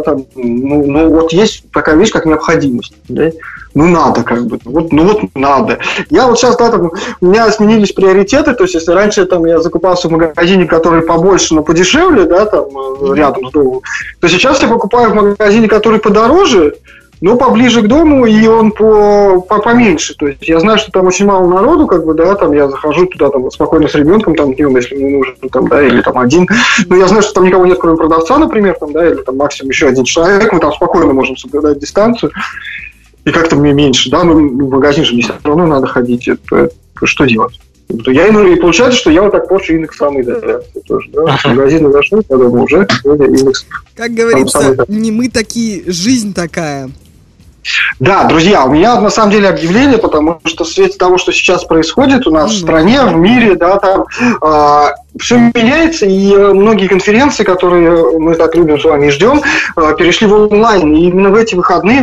есть такая вещь, как необходимость, да? Надо, надо. Я сейчас, у меня сменились приоритеты, то есть, если раньше я закупался в магазине, который побольше, но подешевле, да, рядом с домом, то сейчас я покупаю в магазине, который подороже, но поближе к дому, и он поменьше. То есть я знаю, что там очень мало народу, я захожу туда спокойно с ребенком, днем, если мне нужен, или один. Но я знаю, что там никого нет, кроме продавца, например, или максимум еще один человек, мы спокойно можем соблюдать дистанцию. И как-то мне меньше, да, в магазин же мне все равно надо ходить. Что делать? И получается, что я так порчу индекс самоизоляции тоже, да. В магазин зашел, когда уже индекс. Как говорится, не мы такие, жизнь такая. Да, друзья, у меня на самом деле объявление, потому что в свете того, что сейчас происходит у нас в стране, в мире, да, все меняется, и многие конференции, которые мы так любим с вами и ждем, перешли в онлайн. И именно в эти выходные,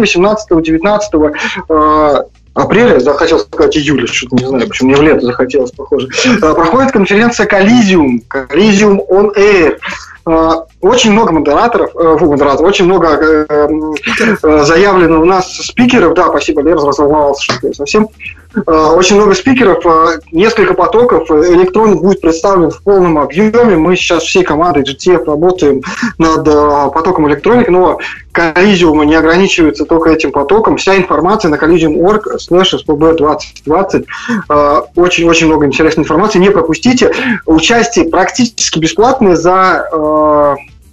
18-19 апреля, хотел сказать июля, что-то не знаю, почему мне в лето захотелось, похоже, проходит конференция Collizium on Air. Очень много очень много заявлено у нас спикеров. Да, спасибо, Лера, разволновался, что я совсем. Очень много спикеров, несколько потоков. Электроник будет представлен в полном объеме. Мы сейчас всей командой GTF работаем над потоком электроники, но Collizium не ограничивается только этим потоком. Вся информация на collizium.org/spb2020. Очень-очень много интересной информации. Не пропустите. Участие практически бесплатное за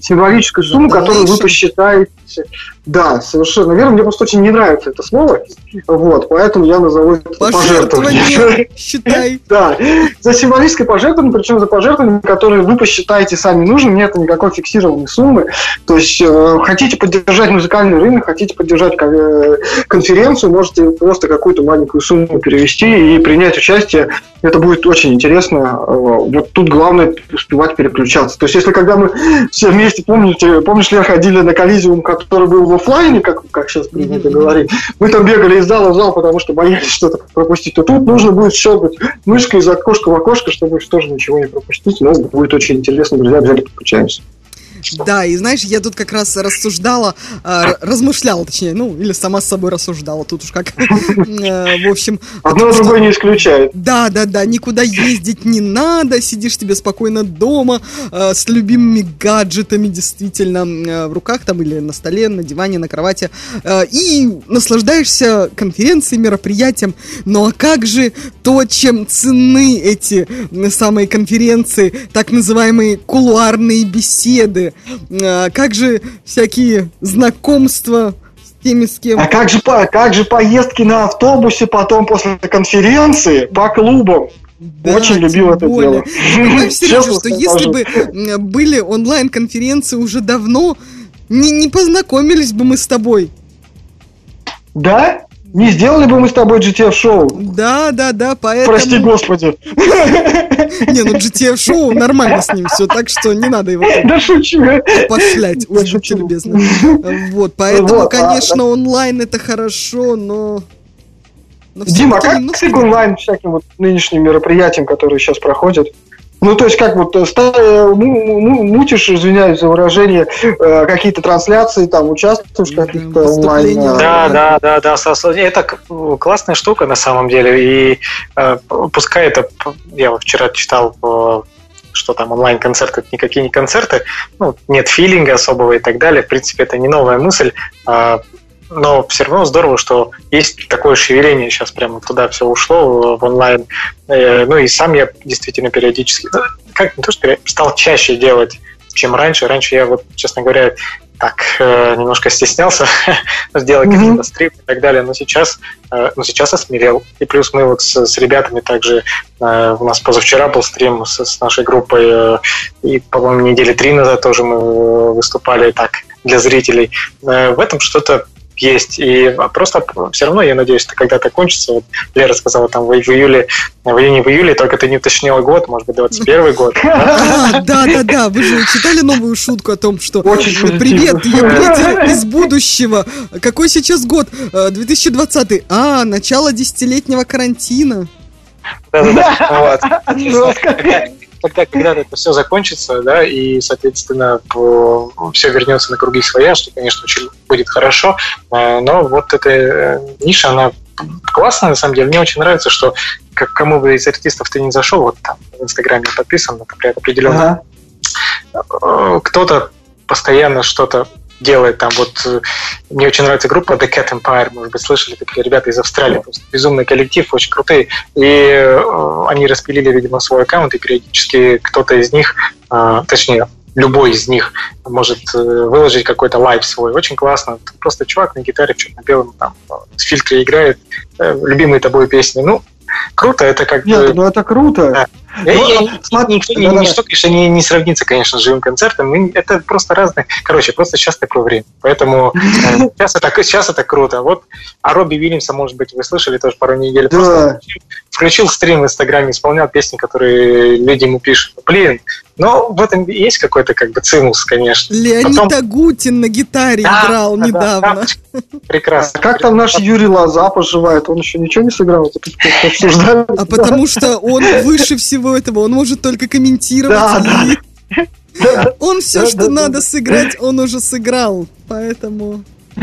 символическую сумму, которую вы посчитаете. Да, совершенно верно. Мне просто очень не нравится это слово. Вот, поэтому я назову это пожертвование. Считай. Да, за символическое пожертвование, причем за пожертвование, которое вы посчитаете сами нужным, нет никакой фиксированной суммы. То есть, хотите поддержать музыкальный рынок, хотите поддержать конференцию, можете просто какую-то маленькую сумму перевести и принять участие. Это будет очень интересно. Вот тут главное успевать переключаться. То есть, если когда мы все вместе, помнишь, Лер, ходили на коллизиум, который был в офлайне, как сейчас принято говорить, мы там бегали из зала в зал, потому что боялись что-то пропустить, то тут нужно будет щелкать мышкой из окошка в окошко, чтобы тоже ничего не пропустить. У нас будет очень интересно, друзья, обязательно подключаемся. Да, и знаешь, я тут как раз рассуждала, размышляла, точнее, или сама с собой рассуждала, тут уж как, в общем... Одно другое не исключает. Да, никуда ездить не надо, сидишь тебе спокойно дома, с любимыми гаджетами, действительно, в руках там или на столе, на диване, на кровати, и наслаждаешься конференцией, мероприятием. Ну а как же то, чем ценны эти самые конференции, так называемые кулуарные беседы? Как же всякие знакомства с теми, с кем... А как же поездки на автобусе потом после конференции по клубам? Да, очень любил это дело. Понимаешь, Сережа, что если бы были онлайн-конференции уже давно, не познакомились бы мы с тобой. Да? Не сделали бы мы с тобой GTF-шоу? Да, поэтому... Прости, господи. Не, GTF-шоу нормально с ним все, так что не надо его пошлять, уж будьте любезны. Вот, поэтому, конечно, онлайн это хорошо, но... Дима, а как ты к онлайн всяким вот нынешним мероприятиям, которые сейчас проходят? Ну, то есть, как вот мутишь, извиняюсь за выражение, какие-то трансляции, там, участвуешь в каких-то онлайн... Да, это классная штука на самом деле, и пускай это... Я вот вчера читал, что там онлайн-концерты, это никакие не концерты, нет филинга особого и так далее, в принципе, это не новая мысль, но все равно здорово, что есть такое шевеление, сейчас прямо туда все ушло в онлайн. И сам я действительно периодически, стал чаще делать, чем раньше. Раньше я, честно говоря, так немножко стеснялся сделать какие-то стримы и так далее, но сейчас осмелел. И плюс мы с ребятами также, у нас позавчера был стрим с нашей группой, и, по-моему, недели 3 назад тоже мы выступали так для зрителей. В этом что-то есть, и просто все равно, я надеюсь, это когда-то кончится. Вот Лера сказала, там в июне, только ты не уточнила год, может быть, 21 год. Да, вы же читали новую шутку о том, что привет, я Петя из будущего. Какой сейчас год? 2020. Начало 10-летнего карантина. Да. Когда это все закончится, да, и, соответственно, все вернется на круги своя, что, конечно, очень будет хорошо, но вот эта ниша, она классная, на самом деле. Мне очень нравится, что кому бы из артистов ты не зашел, вот там в Инстаграме подписан, например, определенно, кто-то постоянно что-то делает там. Вот мне очень нравится группа The Cat Empire, может быть, слышали, такие ребята из Австралии, просто безумный коллектив, очень крутые, и они распилили, видимо, свой аккаунт, и периодически кто-то из них, точнее, любой из них может выложить какой-то лайв свой, очень классно, просто чувак на гитаре в черно-белом там с фильтре играет любимые тобой песни, круто, это как бы... Нет, это круто. Да. Ничто, конечно, не сравнится, конечно, с живым концертом. Это просто разные... просто сейчас такое время. Поэтому сейчас это круто. Вот о Робби Уильямса, может быть, вы слышали тоже пару недель. Да. Просто включил стрим в Инстаграме, исполнял песни, которые люди ему пишут. Но в этом есть какой-то как бы цимус, конечно. Леонид Агутин на гитаре играл недавно. Прекрасно. А как там наш Юрий Лоза поживает? Он еще ничего не сыграл? А потому что он выше всего этого, он может только комментировать. Он все, что надо сыграть, он уже сыграл. Поэтому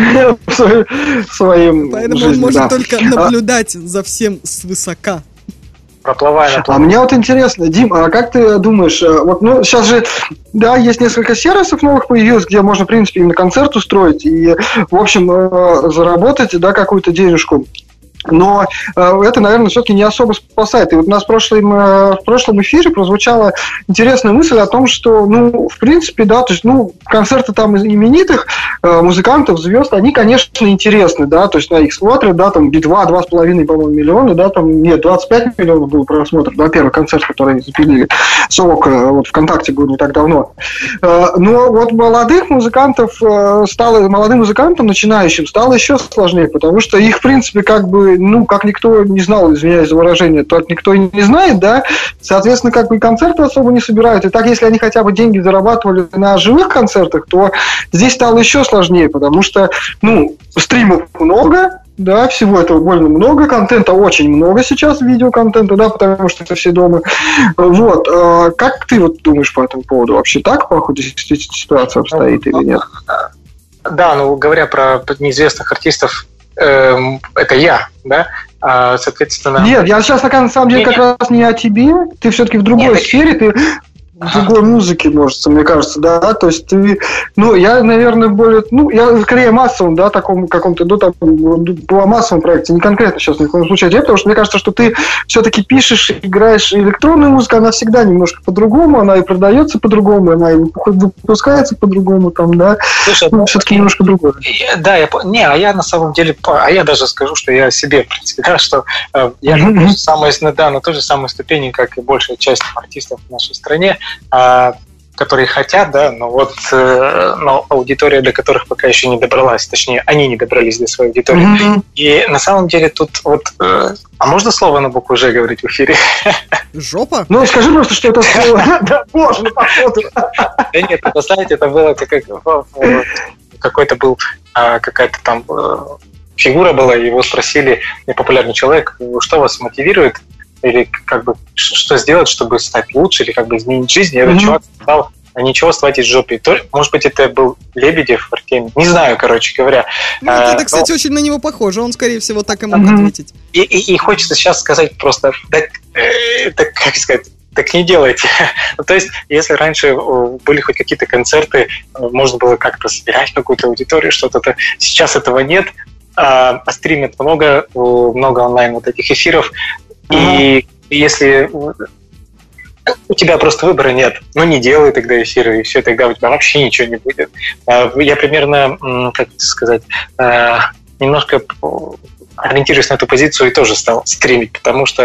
он может только наблюдать за всем свысока. Проплывая. А мне вот интересно, Дим, а как ты думаешь, сейчас же, да, есть несколько сервисов новых появилось, где можно, в принципе, именно концерт устроить и, в общем, заработать, да, какую-то денежку. Но это, наверное, все-таки не особо спасает. И вот у нас в прошлом эфире прозвучала интересная мысль о том, что, ну, в принципе, да, то есть, ну, концерты там именитых музыкантов, звезд, они, конечно, интересны, да, то есть на их смотрят, да, там 2,5, по-моему, миллиона, да, там, нет, 25 миллионов был просмотр, да, первый концерт, который запилили Совок, вот ВКонтакте был не так давно. Но вот молодым музыкантам, начинающим, стало еще сложнее, потому что их, в принципе, как бы, ну, как никто не знал, извиняюсь за выражение, так никто и не знает, да, соответственно, как бы и концерты особо не собирают. И так, если они хотя бы деньги зарабатывали на живых концертах, то здесь стало еще сложнее, потому что, ну, стримов много, да, всего этого больно много, контента очень много сейчас, видеоконтента, да, потому что это все дома. Вот. Как ты вот думаешь по этому поводу? Вообще так, по ходу ситуация обстоит или нет? Да, ну, говоря про неизвестных артистов, это я, да, соответственно... Нет, я сейчас на самом деле как раз не о тебе, ты все-таки в другой сфере, ты в другой музыке, может, мне кажется, да, то есть ты, ну, я, наверное, более, ну, я скорее массовом, да, таком каком-то, ну, там, по массовом проекте, не конкретно сейчас ни в коем случае, потому что мне кажется, что ты все-таки пишешь, играешь электронную музыку, она всегда немножко по-другому, она и продается по-другому, она и выпускается по-другому, там, да. Слушай, ну, все-таки немножко другое. Да, я на самом деле, я даже скажу, что я себе, в принципе, да, что я на той же самой ступени, как и большая часть артистов в нашей стране, которые хотят, да, но вот но аудитория, до которых пока еще не добралась, точнее, они не добрались до своей аудитории. И на самом деле тут вот... А можно слово на букву «Ж» говорить в эфире? Жопа? Ну, скажи просто, что это слово. Да, можно, походу. Да нет, это, знаете, это было какой-то был, какая-то там фигура была, его спросили, популярный человек, что вас мотивирует, или как бы что сделать, чтобы стать лучше, или как бы изменить жизнь. Я чувак сказал, ничего, оставайтесь в жопе. Может быть, это был Лебедев, Артемий. Не знаю, короче говоря. Ну, это, кстати, очень на него похоже. Он, скорее всего, так и мог ответить. И хочется сейчас сказать просто, как сказать, так не делайте. То есть, если раньше были хоть какие-то концерты, можно было как-то собирать какую-то аудиторию, что-то, сейчас этого нет. А стримят много онлайн вот этих эфиров. И если у тебя просто выбора нет, ну не делай тогда эфиры, и все, тогда у тебя вообще ничего не будет. Я примерно, как это сказать, немножко ориентируясь на эту позицию и тоже стал стримить, потому что,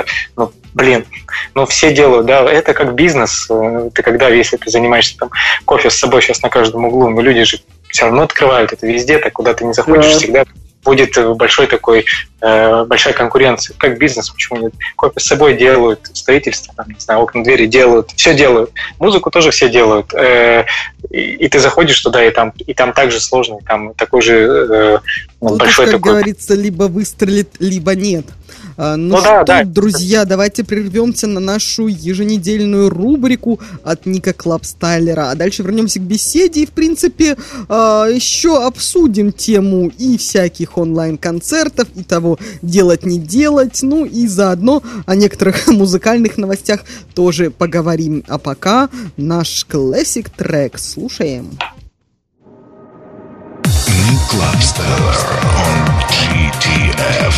все делают, да, это как бизнес. Ты когда, если ты занимаешься там кофе с собой сейчас на каждом углу, но люди же все равно открывают это везде, так куда ты не заходишь, всегда будет большая конкуренция. Как бизнес, почему нет? Кофе с собой делают, строительство, там, не знаю, окна, двери делают, все делают. Музыку тоже все делают. И ты заходишь туда, и там так же сложно, и там такой же большой как такой... говорится, либо выстрелит, либо нет. Друзья, давайте прервемся на нашу еженедельную рубрику от Ника Клабстайлера. А дальше вернемся к беседе и, в принципе, еще обсудим тему и всяких онлайн-концертов, и того, делать, не делать, ну и заодно о некоторых музыкальных новостях тоже поговорим. А пока наш классик трек слушаем. Nick Clubsteller on GTF.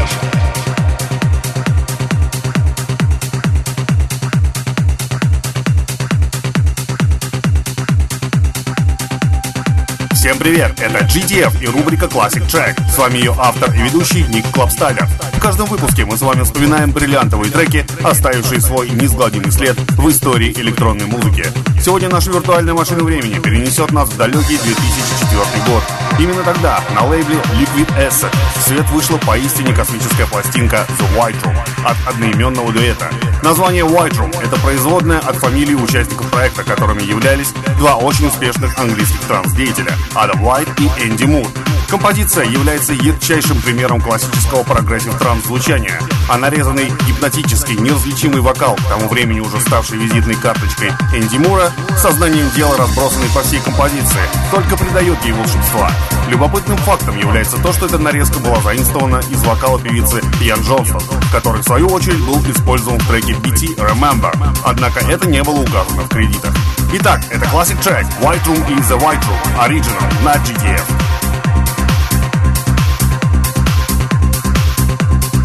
Всем привет, это GTF и рубрика Classic Track. С вами ее автор и ведущий Ник Клабстайлер. В каждом выпуске мы с вами вспоминаем бриллиантовые треки, оставившие свой неизгладимый след в истории электронной музыки. Сегодня наша виртуальная машина времени перенесет нас в далекий 2004 год. Именно тогда на лейбле Liquid Asset в свет вышла поистине космическая пластинка The White Room от одноименного дуэта. Название White Room — это производная от фамилий участников проекта, которыми являлись два очень успешных английских транс-деятеля — Адам Уайт и Энди Мур. Композиция является ярчайшим примером классического прогрессив транс-звучания, а нарезанный гипнотический, неразличимый вокал, к тому времени уже ставший визитной карточкой Энди Мура, сознанием дела, разбросанный по всей композиции, только придает ей волшебства. Любопытным фактом является то, что эта нарезка была заимствована из вокала певицы Ян Джонстон, который в свою очередь был использован в треке BT Remember, однако это не было указано в кредитах. Итак, это Classic Track White Room и The White Room Original на GTF.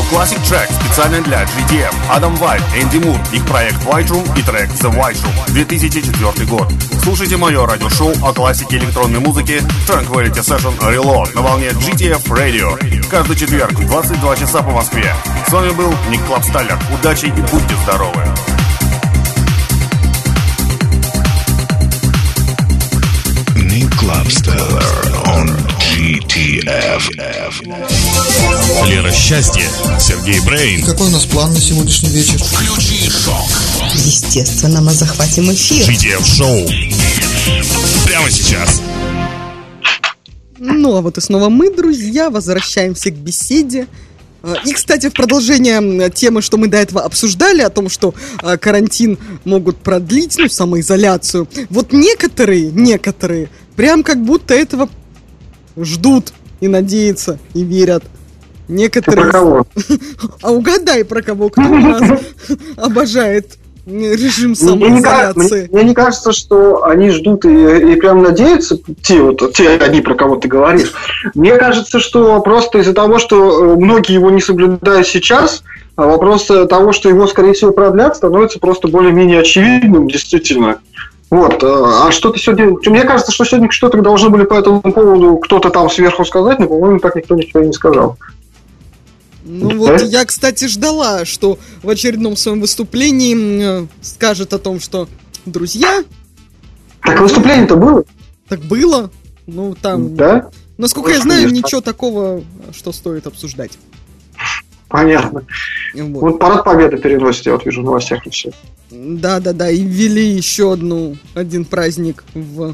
Classic Track специально для GTF, Адам Вайт, Энди Мур, их проект White Room и трек The White Room, 2004 год. Слушайте мое радиошоу о классике электронной музыки Tranquility Session Reload на волне GTF Radio. Каждый четверг в 22 часа по Москве. С вами был Ник Клабстайлер. Удачи и будьте здоровы! Ник Клабстайлер on GTF. Лера Счастье, Сергей Брейн. Какой у нас план на сегодняшний вечер? Включи шок. Естественно, мы захватим эфир. GTF шоу. Прямо сейчас. Ну, а вот и снова мы, друзья, возвращаемся к беседе. И, кстати, в продолжение темы, что мы до этого обсуждали, о том, что карантин могут продлить, ну, самоизоляцию. Вот некоторые, прям как будто этого ждут и надеются, и верят. Некоторые... Про кого? А угадай, про кого, кто у нас обожает режим самоизоляции. Мне не кажется, что они ждут и прям надеются, те они, про кого ты говоришь. Мне кажется, что просто из-за того, что многие его не соблюдают сейчас, а вопрос того, что его, скорее всего, продлят, становится просто более-менее очевидным, действительно. Вот. А что-то сегодня... Мне кажется, что сегодня что-то должны были по этому поводу кто-то там сверху сказать, но, по-моему, так никто ничего не сказал. Ну вот я, кстати, ждала, что в очередном своем выступлении скажет о том, что друзья... Так выступление-то было? Так было. Ну там... Да? Насколько я знаю, ничего такого, что стоит обсуждать. Понятно. Вот парад Победы переносит, я вот вижу в новостях и все. Да, и ввели еще один праздник в...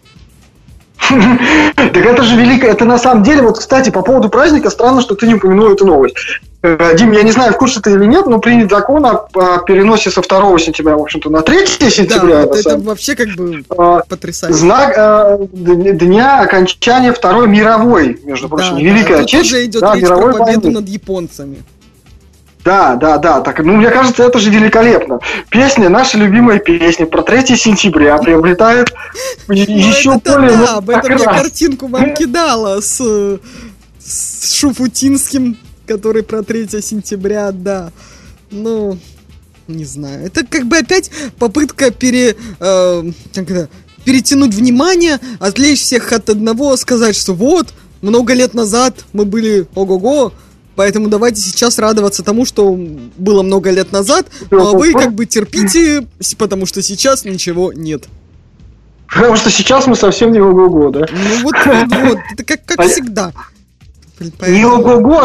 Так это же великое, это на самом деле, вот, кстати, по поводу праздника, странно, что ты не упомянул эту новость. Дим, я не знаю, в курсе ты или нет, но принят закон о переносе со 2 сентября, в общем-то, на 3 сентября. Да, это вообще как бы потрясающе. Знак дня окончания Второй мировой, между прочим, Великой Отечественной. Тут уже идет речь про победу над японцами. Да, так, мне кажется, это же великолепно. Песня, наша любимая песня про 3 сентября приобретает еще более... Да, об этом я картинку вам кидала с Шуфутинским, который про 3 сентября, да. Ну, не знаю. Это как бы опять попытка перетянуть внимание, отвлечь всех от одного, сказать, что вот, много лет назад мы были ого-го, поэтому давайте сейчас радоваться тому, что было много лет назад, ну а вы как бы терпите, потому что сейчас ничего нет. Потому что сейчас мы совсем не ого-го, да? Ну вот, это как всегда. Не ого-го, а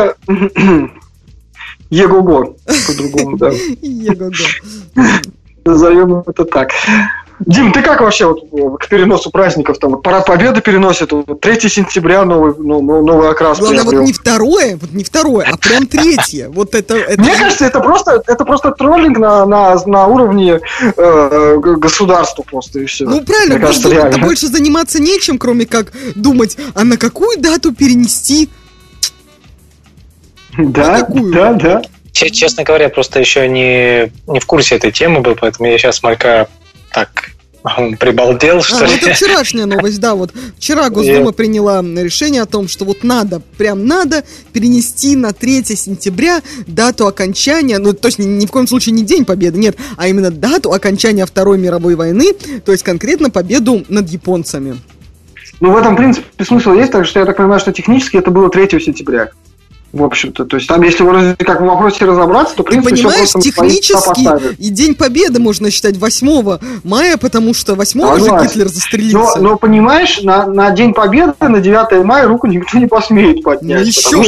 е-го-го. По-другому, да. Е-го-го. Назовем это так. Дим, ты как вообще вот к переносу праздников? Там парад Победы переносит, 3 сентября новый окрас. Главное, вот не второе, а прям 3. Вот это... Мне кажется, это просто троллинг на уровне государства просто, и все. Ну, правильно, кажется, больше заниматься нечем, кроме как думать, а на какую дату перенести? Да. Честно говоря, просто еще не в курсе этой темы был, поэтому я сейчас слегка так прибалдел, что ли. Это вчерашняя новость, да, вот вчера Госдума приняла решение о том, что вот надо перенести на 3 сентября дату окончания, ну, то есть ни в коем случае не День Победы, нет, а именно дату окончания Второй мировой войны, то есть конкретно победу над японцами. Ну, в этом, в принципе, смысл есть, так что я так понимаю, что технически это было 3 сентября. В общем-то, то есть там, если как в вопросе разобраться, то, в принципе, все просто технически и День Победы можно считать 8 мая, потому что 8 же Гитлер застрелился. Но понимаешь, на День Победы, на 9 мая руку никто не посмеет поднять. Потому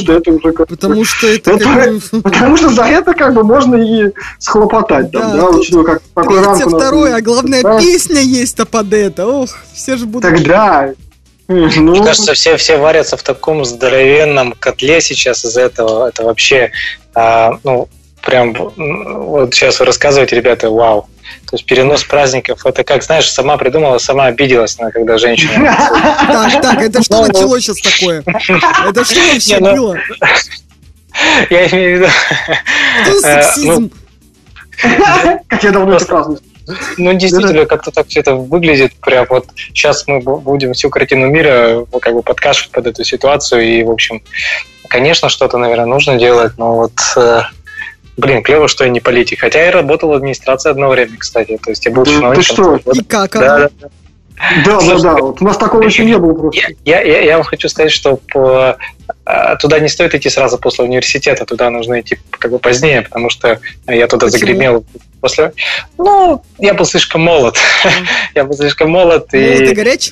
что за это как бы можно и схлопотать. Да, учитывая, какой ранг у нас. 2, а главное, песня есть-то под это. Ох, все же будут... Тогда... Мне кажется, все варятся в таком здоровенном котле сейчас из-за этого. Это вообще, прям, вот сейчас вы рассказываете, ребята, вау. То есть перенос праздников, это как, знаешь, сама придумала, сама обиделась, когда женщина... Так, это что началось сейчас такое? Это что вообще было? Я имею в виду... Что сексизм? Как я давно это праздную. Ну, действительно, как-то так все это выглядит. Прям вот сейчас мы будем всю картину мира как бы подкашивать под эту ситуацию. И, в общем, конечно, что-то, наверное, нужно делать, но вот, клево, что я не политик. Хотя я работал в администрации одно время, кстати. То есть я был чиновником. Ты что? И как? Да. Вот у нас такого еще не было просто. Я вам хочу сказать, что туда не стоит идти сразу после университета, туда нужно идти как бы позднее, потому что я туда загремел после... я был слишком молод. Молод и горяч?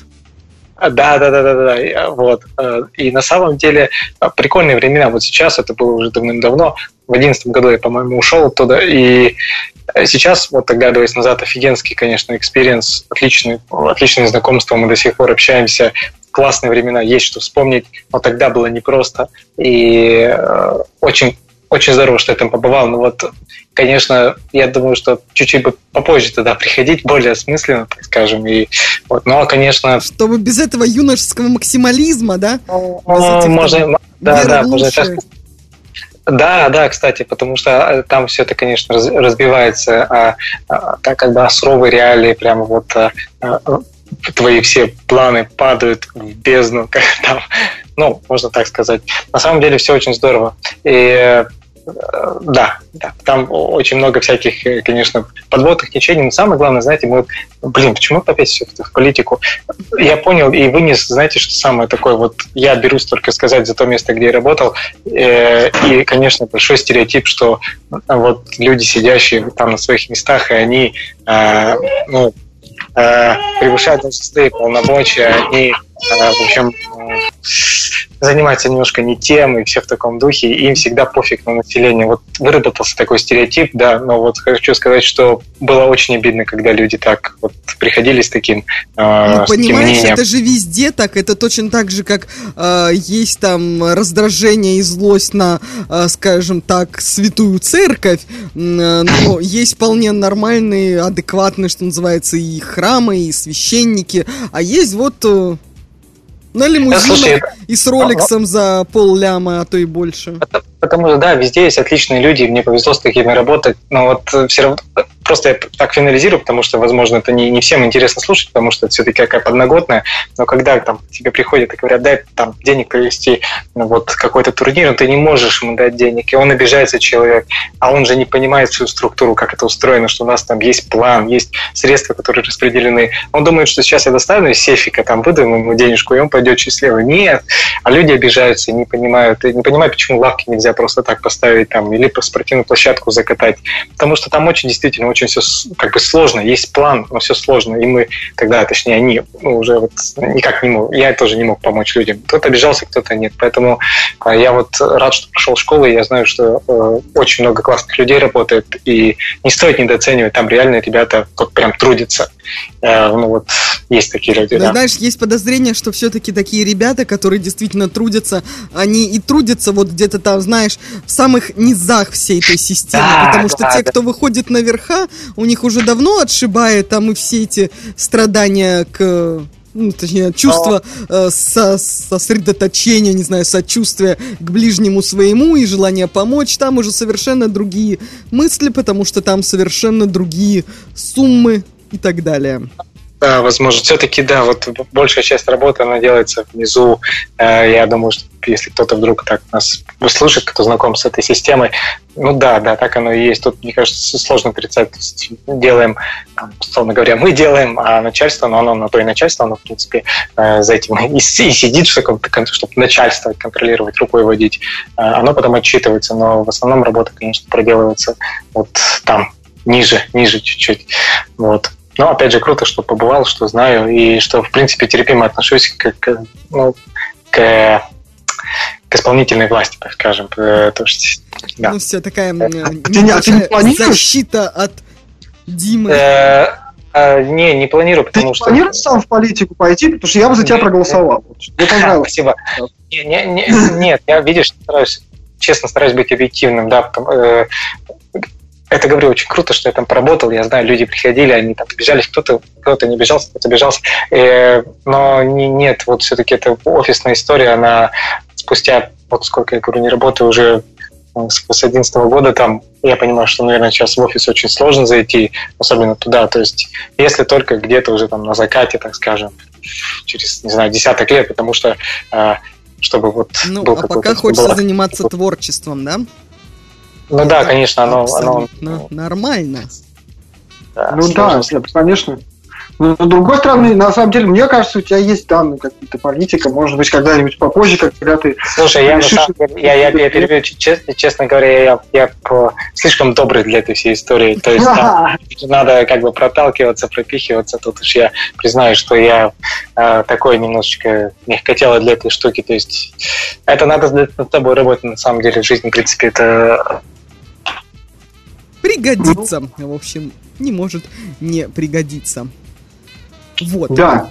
Да. Вот. И на самом деле прикольные времена. Вот сейчас, это было уже давным-давно, в 2011 году я, по-моему, ушел оттуда, и сейчас, вот оглядываясь назад, офигенский, конечно, экспириенс, отличные знакомства, мы до сих пор общаемся, классные времена, есть что вспомнить, но тогда было непросто, и очень, очень здорово, что я там побывал, но вот, конечно, я думаю, что чуть-чуть бы попозже туда приходить, более осмысленно, так скажем, и вот, но, конечно... Чтобы без этого юношеского максимализма, да? Можно так. Да, кстати, потому что там все это, конечно, разбивается, так как бы суровые реалии, прямо вот твои все планы падают в бездну, как там, можно так сказать. На самом деле все очень здорово. И да, там очень много всяких, конечно, подводных течений, но самое главное, знаете, почему опять все в политику? Я понял и вынес, знаете, что самое такое, вот я берусь только сказать за то место, где я работал, и, конечно, большой стереотип, что вот люди, сидящие там на своих местах, и они, превышают свои полномочия, они, в общем, занимаются немножко не тем, и все в таком духе, и им всегда пофиг на население. Вот выработался такой стереотип, да, но вот хочу сказать, что было очень обидно, когда люди так вот приходили с таким понимаешь, мнением. Это же везде так, это точно так же, как есть там раздражение и злость на, скажем так, святую церковь, но есть вполне нормальные, адекватные, что называется, и храмы, и священники, а есть вот... на лимузинах и с роликсом за полляма, а то и больше. Потому что, да, везде есть отличные люди, мне повезло с такими работать, но вот все равно, просто я так финализирую, потому что, возможно, это не всем интересно слушать, потому что это все-таки какая подноготная, но когда там к тебе приходят и говорят, дай там денег провести вот какой-то турнир, но ты не можешь ему дать денег, и он обижается, человек, а он же не понимает всю структуру, как это устроено, что у нас там есть план, есть средства, которые распределены. Он думает, что сейчас я достану из сейфика, там выдам ему денежку, и он пойдет счастливо. Нет, а люди обижаются, не понимают, почему лавки нельзя просто так поставить там, или по спортивную площадку закатать, потому что там действительно очень все как бы сложно, есть план, но все сложно, и мы тогда, точнее они, уже вот никак не мог, я тоже не мог помочь людям, кто-то обижался, кто-то нет, поэтому я вот рад, что прошел школу, и я знаю, что очень много классных людей работает, и не стоит недооценивать, там реально ребята вот прям трудятся, есть такие люди. Да. Знаешь, есть подозрение, что все-таки такие ребята, которые действительно трудятся, они и трудятся вот где-то там, знаешь, в самых низах всей этой системы, потому что те, кто выходит наверха, у них уже давно отшибает там и все эти страдания чувство сосредоточения, не знаю, сочувствия к ближнему своему и желание помочь, там уже совершенно другие мысли, потому что там совершенно другие суммы и так далее. Да, возможно, все-таки, да, вот большая часть работы, она делается внизу. Я думаю, что если кто-то вдруг так нас слушает, кто знаком с этой системой, да, так оно и есть. Тут, мне кажется, сложно отрицать. Делаем, условно говоря, мы делаем, а начальство, оно на то и начальство, оно, в принципе, за этим и сидит, чтобы начальство контролировать, рукой водить. Оно потом отчитывается, но в основном работа, конечно, проделывается вот там, ниже чуть-чуть. Вот. Но, опять же, круто, что побывал, что знаю, и что, в принципе, терпимо отношусь к исполнительной власти, так скажем. Да. Все, такая защита от Димы. Не планирую, потому что... Ты планируешь сам в политику пойти? Потому что я бы за тебя проголосовал. Мне понравилось. Спасибо. Нет, я, видишь, честно стараюсь быть объективным, да, это, говорю, очень круто, что я там поработал, я знаю, люди приходили, они там обижались, кто-то не обижался, кто-то обижался, но нет, вот все-таки эта офисная история, она спустя, вот сколько я говорю, не работаю уже с 2011 года, там, я понимаю, что, наверное, сейчас в офис очень сложно зайти, особенно туда, то есть, если только где-то уже там на закате, так скажем, через, не знаю, десяток лет, потому что чтобы вот Ну, был а какой-то... пока хочется заниматься творчеством, да? Ну да, конечно, оно нормально. да, Ну да, конечно. Но с другой стороны, на самом деле, мне кажется, у тебя есть данные какие-то политика, может быть, когда-нибудь попозже, когда ты... Слушай, я на самом деле, я перебью, честно говоря, я слишком добрый для этой всей истории. То есть там надо как бы проталкиваться, пропихиваться. Тут уж я признаю, что я такой немножечко мягкотелый для этой штуки. То есть это надо над тобой работать, на самом деле, в жизни, в принципе, это... Пригодится. В общем, не может не пригодиться. Вот. Да.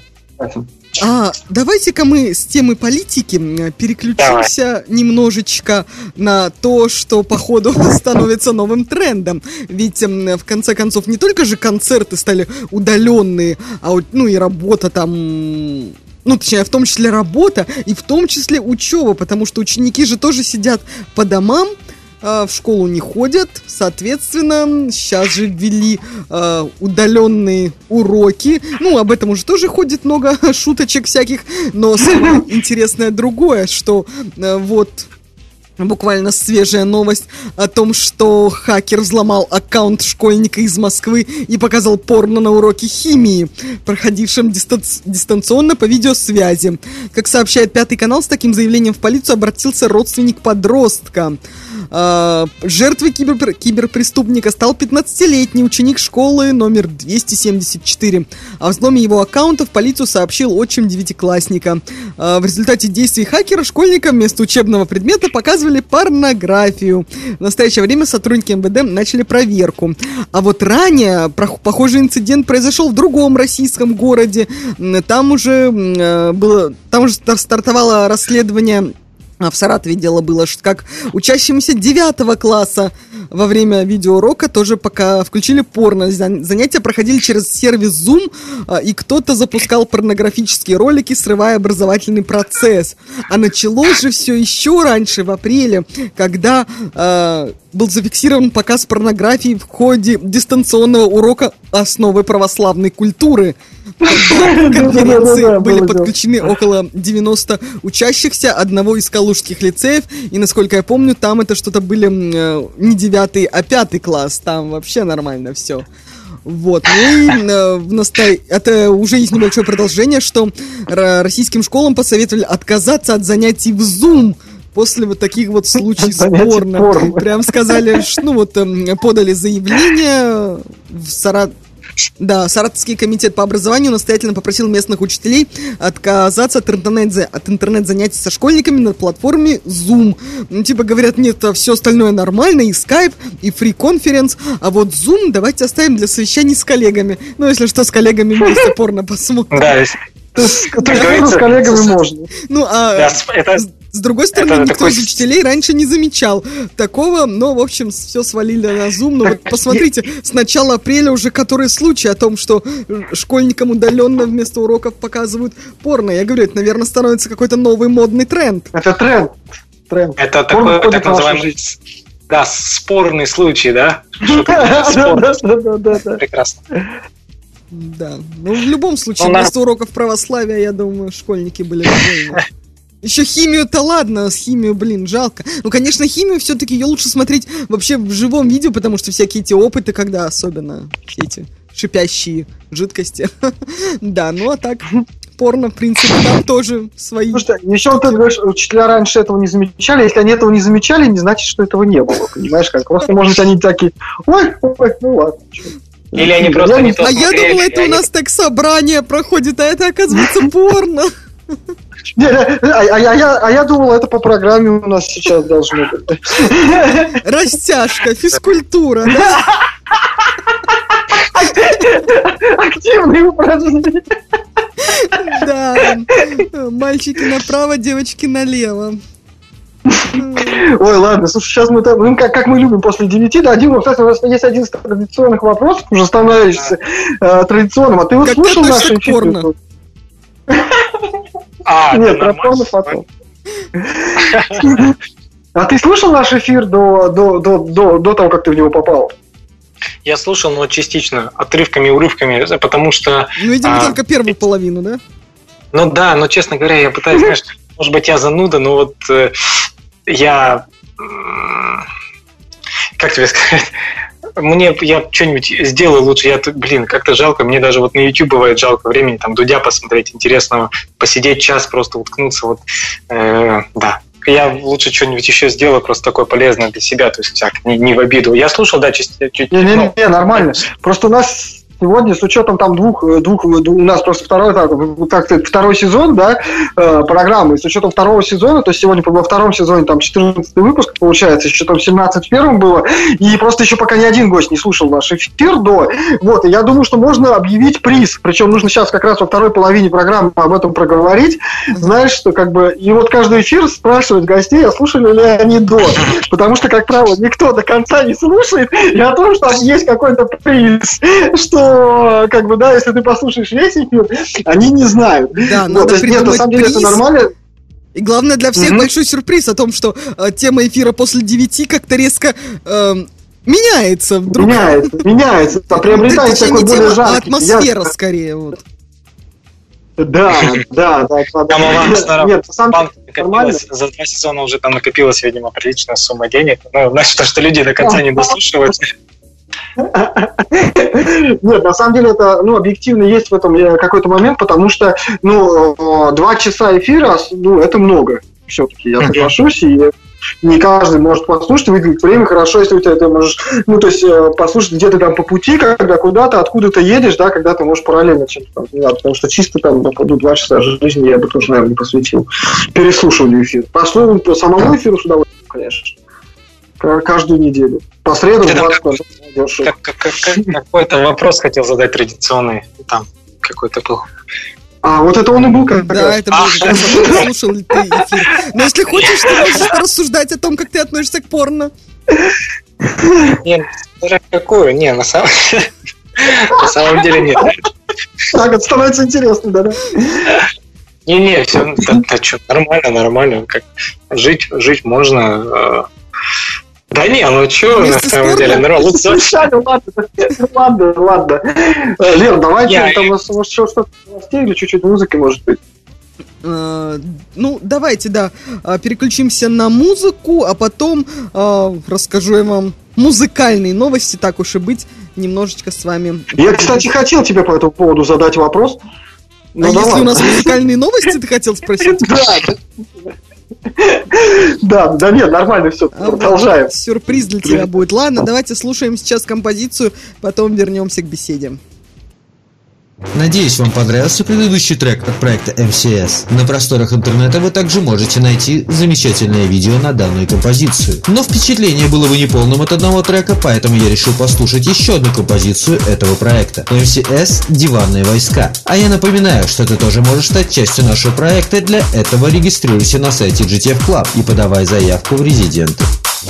Давайте-ка мы с темы политики переключимся немножечко на то, что, походу, становится новым трендом. Ведь, в конце концов, не только же концерты стали удаленные, а ну и работа там... Ну, точнее, в том числе работа и в том числе учеба, потому что ученики же тоже сидят по домам, в школу не ходят, соответственно, сейчас же ввели удаленные уроки. Ну, об этом уже тоже ходит много шуточек всяких, но самое интересное другое, что вот... Буквально свежая новость о том, что хакер взломал аккаунт школьника из Москвы и показал порно на уроке химии, проходившем дистанционно по видеосвязи. Как сообщает Пятый канал, с таким заявлением в полицию обратился родственник подростка. Жертвой киберпреступника стал 15-летний ученик школы номер 274. О взломе его аккаунта в полицию сообщил отчим девятиклассника. В результате действий хакера школьника вместо учебного предмета показывали порнографию. В настоящее время сотрудники МВД начали проверку. А вот ранее похожий инцидент произошел в другом российском городе. Там уже стартовало расследование. В Саратове дело было, что как учащимся 9 класса во время видеоурока тоже пока включили порно. Занятия проходили через сервис Zoom, и кто-то запускал порнографические ролики, срывая образовательный процесс. А началось же все еще раньше, в апреле, когда был зафиксирован показ порнографии в ходе дистанционного урока «Основы православной культуры». К конференции были подключены около 90 учащихся одного из калужских лицеев, и, насколько я помню, там это что-то были не 9, а 5 класс, там вообще нормально все. Вот, ну и это уже есть небольшое продолжение, что российским школам посоветовали отказаться от занятий в Zoom после вот таких вот случаев с порно. Прям сказали, что, ну вот, подали заявление в Саратовский комитет по образованию настоятельно попросил местных учителей отказаться от интернет-занятий со школьниками на платформе Zoom. Ну, типа говорят, нет, все остальное нормально, и Skype, и фри-конференц, а вот Zoom давайте оставим для совещаний с коллегами. Ну, если что, с коллегами вместе порно посмотрим. Да, с коллегами можно. Ну, а с другой стороны, никто из учителей раньше не замечал такого, но, в общем, все свалили на Zoom. Но вот посмотрите, с начала апреля уже который случай о том, что школьникам удаленно вместо уроков показывают порно. Я говорю, это, наверное, становится какой-то новый модный тренд. Это тренд. Это такой, так называемый, да, спорный случай, да? Да. Прекрасно. Да, ну в любом случае, вместо уроков православия, я думаю, школьники были довольны. Еще химию-то ладно, с химию, блин, жалко. Ну, конечно, химию все-таки ее лучше смотреть вообще в живом видео, потому что всякие эти опыты, когда особенно все эти шипящие жидкости. Да, ну а так, порно, в принципе, там тоже свои. Слушай, еще вот ты говоришь, учителя раньше этого не замечали. Если они этого не замечали, не значит, что этого не было. Понимаешь, как? Просто, может быть, они такие, ой, ну ладно. Или они просто не то смотрели. А я думала, это у нас так собрание проходит, а это, оказывается, порно. А я думал, это по программе у нас сейчас должно быть. Растяжка, физкультура, да? Активные упражнения. Да, мальчики направо, девочки налево. Ой, ладно, слушай, сейчас мы как мы любим после 9, да, Дима, кстати, у нас есть один из традиционных вопросов, уже становишься традиционным, а ты вот слушал наши эфиры? Нет, про порно потом. А ты слушал наш эфир до того, как ты в него попал? Я слушал, но частично, отрывками, потому что... Ну, видимо, только первую половину, да? Ну да, но, честно говоря, я пытаюсь, знаешь, может быть, я зануда, но вот я... Как тебе сказать? Я что-нибудь сделаю лучше. Как-то жалко. Мне даже вот на YouTube бывает жалко времени, там, Дудя посмотреть интересного, посидеть час, просто уткнуться. Да. Я лучше что-нибудь еще сделаю, просто такое полезное для себя, то есть не в обиду. Я слушал, да, чуть. Не, нормально. Просто у нас сегодня с учетом там двух у нас просто второй сезон, да, программы, с учетом второго сезона, то есть сегодня во втором сезоне там 14 выпуск получается, с учетом 17 в первом было, и просто еще пока ни один гость не слушал наш эфир и я думаю, что можно объявить приз, причем нужно сейчас как раз во второй половине программы об этом проговорить, знаешь, что и вот каждый эфир спрашивать гостей, а слушали ли они до, потому что, как правило, никто до конца не слушает, и о том, что есть какой-то приз, что если ты послушаешь весь эфир, они не знают. Да, надо придумать на самом деле приз. Это нормально. И главное для всех большой сюрприз о том, что тема эфира после 9 как-то резко меняется вдруг. Меняется. Приобретает такой более жаркий. Атмосфера скорее. Вот. Да. Там у вас накопилось, за 2 сезона уже там накопилась, видимо, приличная сумма денег. Значит, что люди до конца не дослушивают. Нет, на самом деле это, объективно есть в этом какой-то момент, потому что, 2 часа эфира, это много все-таки, я соглашусь, и не каждый может послушать, выделить время хорошо, если у тебя ты можешь, послушать где-то там по пути, когда куда-то, откуда-то едешь, да, когда ты можешь параллельно чем-то там заниматься, потому что чисто там 2 часа жизни я бы тоже, наверное, не посвятил переслушиванию эфира. Пошло по самому эфиру с удовольствием, конечно. Каждую неделю. По средам 20%. Какой-то вопрос хотел задать традиционный. Там какой-то был. Вот это он и был как раз. Да, это был как раз, слушал ли ты эфир. Но если хочешь, ты можешь рассуждать о том, как ты относишься к порно. Нет, какую? Не, на самом деле нет. Так, это становится интересно, да? Не, все, что, нормально. Как жить можно. Да не, что на самом деле, Ладно. Лер, давайте, там у нас может еще что-то новостей или чуть-чуть музыки, может быть. Давайте, да, переключимся на музыку, а потом расскажу я вам музыкальные новости, так уж и быть, немножечко с вами. Я, кстати, хотел тебе по этому поводу задать вопрос. Если у нас музыкальные новости, ты хотел спросить? Да, нет, нормально все, продолжаем. Сюрприз для тебя будет. Ладно, давайте слушаем сейчас композицию, потом вернемся к беседе. Надеюсь, вам понравился предыдущий трек от проекта MCS. На просторах интернета вы также можете найти замечательное видео на данную композицию. Но впечатление было бы неполным от одного трека, поэтому я решил послушать еще одну композицию этого проекта. MCS «Диванные войска». А я напоминаю, что ты тоже можешь стать частью нашего проекта. Для этого регистрируйся на сайте GTF Club и подавай заявку в резиденты.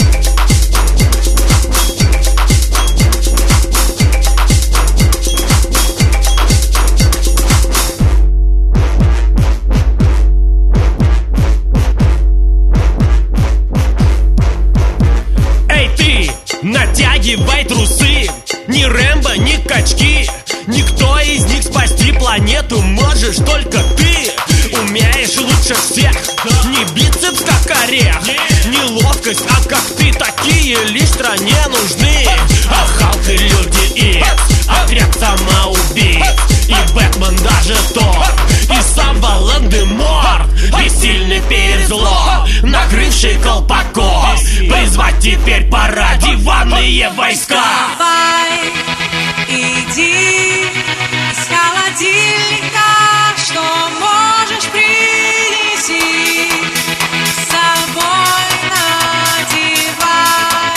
Натягивай трусы, ни Рэмбо, ни качки. Никто из них спасти планету можешь только ты. Умеешь лучше всех, не бицепс как орех, не ловкость, а как ты. Такие лишь стране нужны. А Халк и Люди Икс, отряд самоубийц, и Бэтмен даже Тор, и сам Волан-де-Морт, бессильный перед злом, накрывший колпаком. Призвать теперь пора диванные войска. Давай, иди из холодильника, что можешь принеси с собой надевай.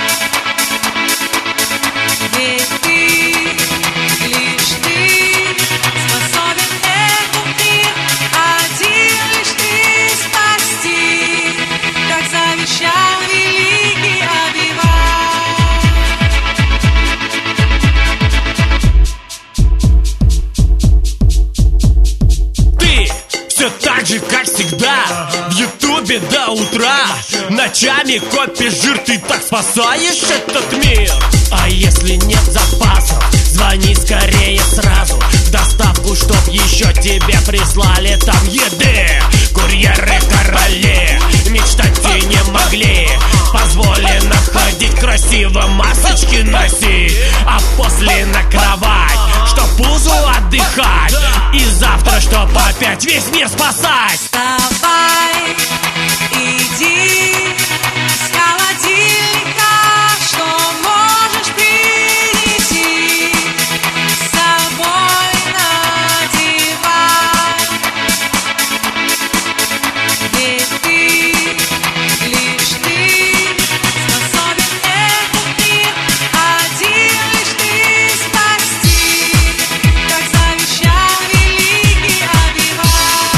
Ведь ты, лишь ты способен этот мир, один лишь ты спасти, как завещал великий Оби-Ван. Ты все так же, как всегда, в Ютубе до утра, ночами копишь жир, ты так спасаешь этот мир. А если нет запасов, звони скорее сразу, доставку могу, чтоб еще тебе прислали там еды. Курьеры короли мечтать и не могли. Позволено ходить красиво, масочки носить, а после на кровать, чтоб пузу отдыхать, и завтра, чтоб опять весь мир спасать. Вставай, иди с холодильника, что можешь принести с собой надевай. Ведь ты, лишь ты способен этот мир один лишь ты спасти, как завещал великий Абивай.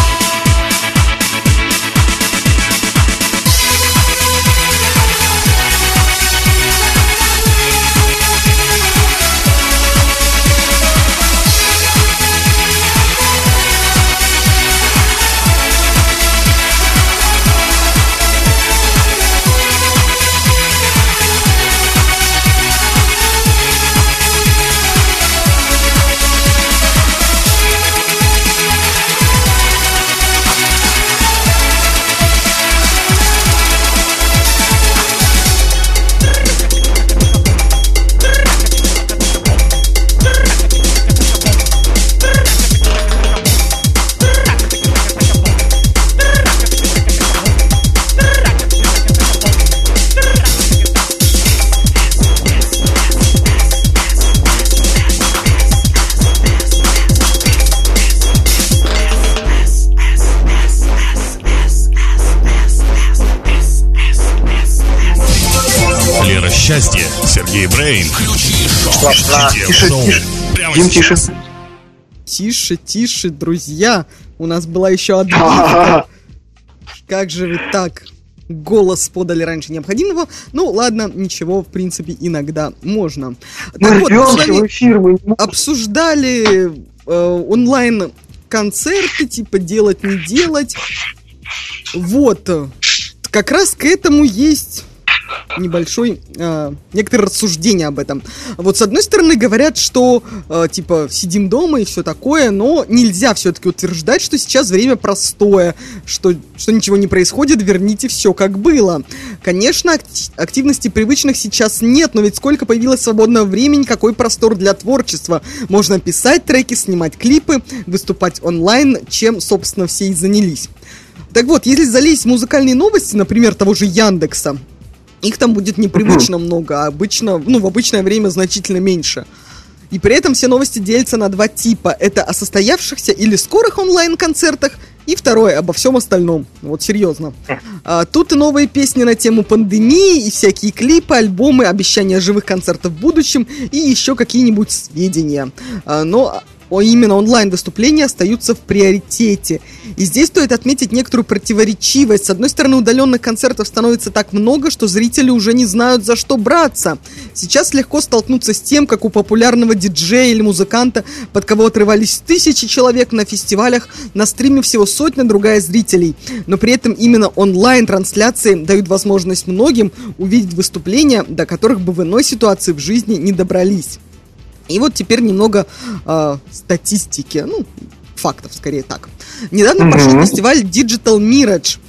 Лера Счастье, Сергей Брейн. Тише, тише. Дим, тише. Тише, тише, друзья. У нас была еще одна. Как же вы так голос подали раньше необходимого? Ну, ладно, ничего, в принципе, иногда можно. Так вот, мы с вами обсуждали онлайн-концерты, типа делать, не делать. Вот. Как раз к этому есть небольшой, некоторые рассуждения об этом. Вот с одной стороны говорят, что типа сидим дома и все такое, но нельзя все-таки утверждать, что сейчас время простое, что ничего не происходит, верните все как было. Конечно, активности привычных сейчас нет, но ведь сколько появилось свободного времени, какой простор для творчества. Можно писать треки, снимать клипы, выступать онлайн, чем, собственно, все и занялись. Так вот, если залезть в музыкальные новости, например, того же Яндекса, их там будет непривычно много, а в обычное время значительно меньше. И при этом все новости делятся на два типа. Это о состоявшихся или скорых онлайн-концертах, и второе, обо всем остальном. Вот серьезно. Тут и новые песни на тему пандемии, и всякие клипы, альбомы, обещания живых концертов в будущем, и еще какие-нибудь сведения. Но именно онлайн-выступления остаются в приоритете. И здесь стоит отметить некоторую противоречивость. С одной стороны, удаленных концертов становится так много, что зрители уже не знают, за что браться. Сейчас легко столкнуться с тем, как у популярного диджея или музыканта, под кого отрывались тысячи человек на фестивалях, на стриме всего сотня другая зрителей. Но при этом именно онлайн-трансляции дают возможность многим увидеть выступления, до которых бы в иной ситуации в жизни не добрались. И вот теперь немного статистики, фактов скорее так. Недавно прошел фестиваль Digital Mirage.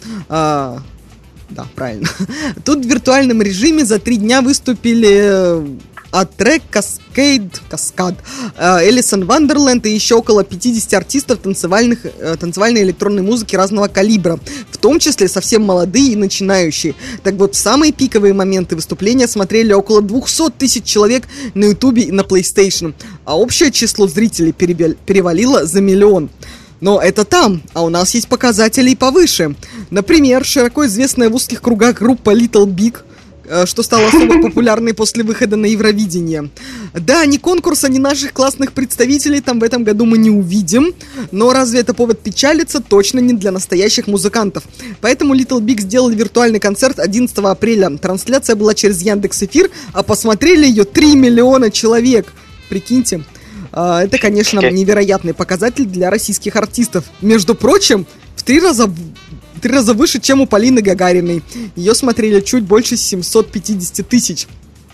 Да, правильно. Тут в виртуальном режиме за 3 дня выступили Трек, Каскад, Элисон Вандерленд и еще около 50 артистов танцевальной электронной музыки разного калибра, в том числе совсем молодые и начинающие. Так вот, в самые пиковые моменты выступления смотрели около 200 тысяч человек на Ютубе и на PlayStation, а общее число зрителей перевалило за 1 миллион. Но это там, а у нас есть показатели и повыше. Например, широко известная в узких кругах группа Little Big, что стало особо популярной после выхода на Евровидение. Да, ни конкурса, ни наших классных представителей там в этом году мы не увидим, но разве это повод печалиться? Точно не для настоящих музыкантов. Поэтому Little Big сделали виртуальный концерт 11 апреля. Трансляция была через Яндекс.Эфир, а посмотрели ее 3 миллиона человек. Прикиньте. Это, конечно, невероятный показатель для российских артистов. Между прочим, в 3 раза выше, чем у Полины Гагариной. Ее смотрели чуть больше 750 тысяч.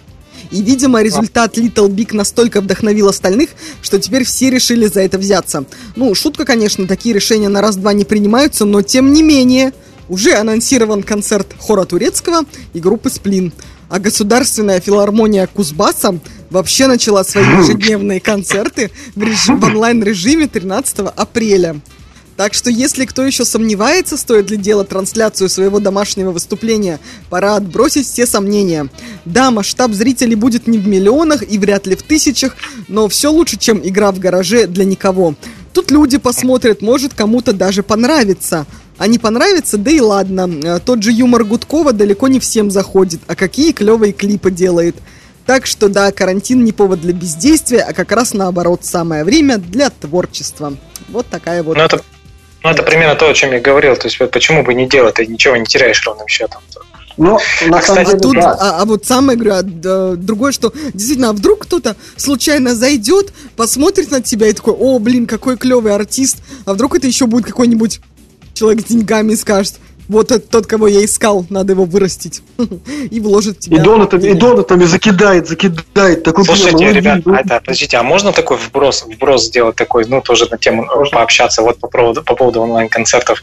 И, видимо, результат Little Big настолько вдохновил остальных, что теперь все решили за это взяться. Ну, шутка, конечно, такие решения на раз-два не принимаются, но тем не менее, уже анонсирован концерт хора турецкого и группы «Сплин». А Государственная филармония Кузбасса вообще начала свои ежедневные концерты в онлайн-режиме 13 апреля. Так что, если кто еще сомневается, стоит ли делать трансляцию своего домашнего выступления, пора отбросить все сомнения. Да, масштаб зрителей будет не в миллионах и вряд ли в тысячах, но все лучше, чем игра в гараже для никого. Тут люди посмотрят, может кому-то даже понравится. А не понравится, да и ладно. Тот же юмор Гудкова далеко не всем заходит, а какие клевые клипы делает. Так что да, карантин не повод для бездействия, а как раз наоборот, самое время для творчества. Вот такая вот... Это примерно то, о чем я говорил. То есть вот почему бы не делать, ты ничего не теряешь ровным счетом. Ну, на самом деле, тут, да. вот самое, говорю, другое, что действительно, а вдруг кто-то случайно зайдет, посмотрит на тебя и такой, о, блин, какой клевый артист, а вдруг это еще будет какой-нибудь человек с деньгами и скажет, вот это тот, кого я искал, надо его вырастить. И вложит в тебя. И донатами закидает. Такой слушайте, ребят, подождите, а можно такой вброс сделать такой, ну, тоже на тему пообщаться, вот по поводу онлайн-концертов.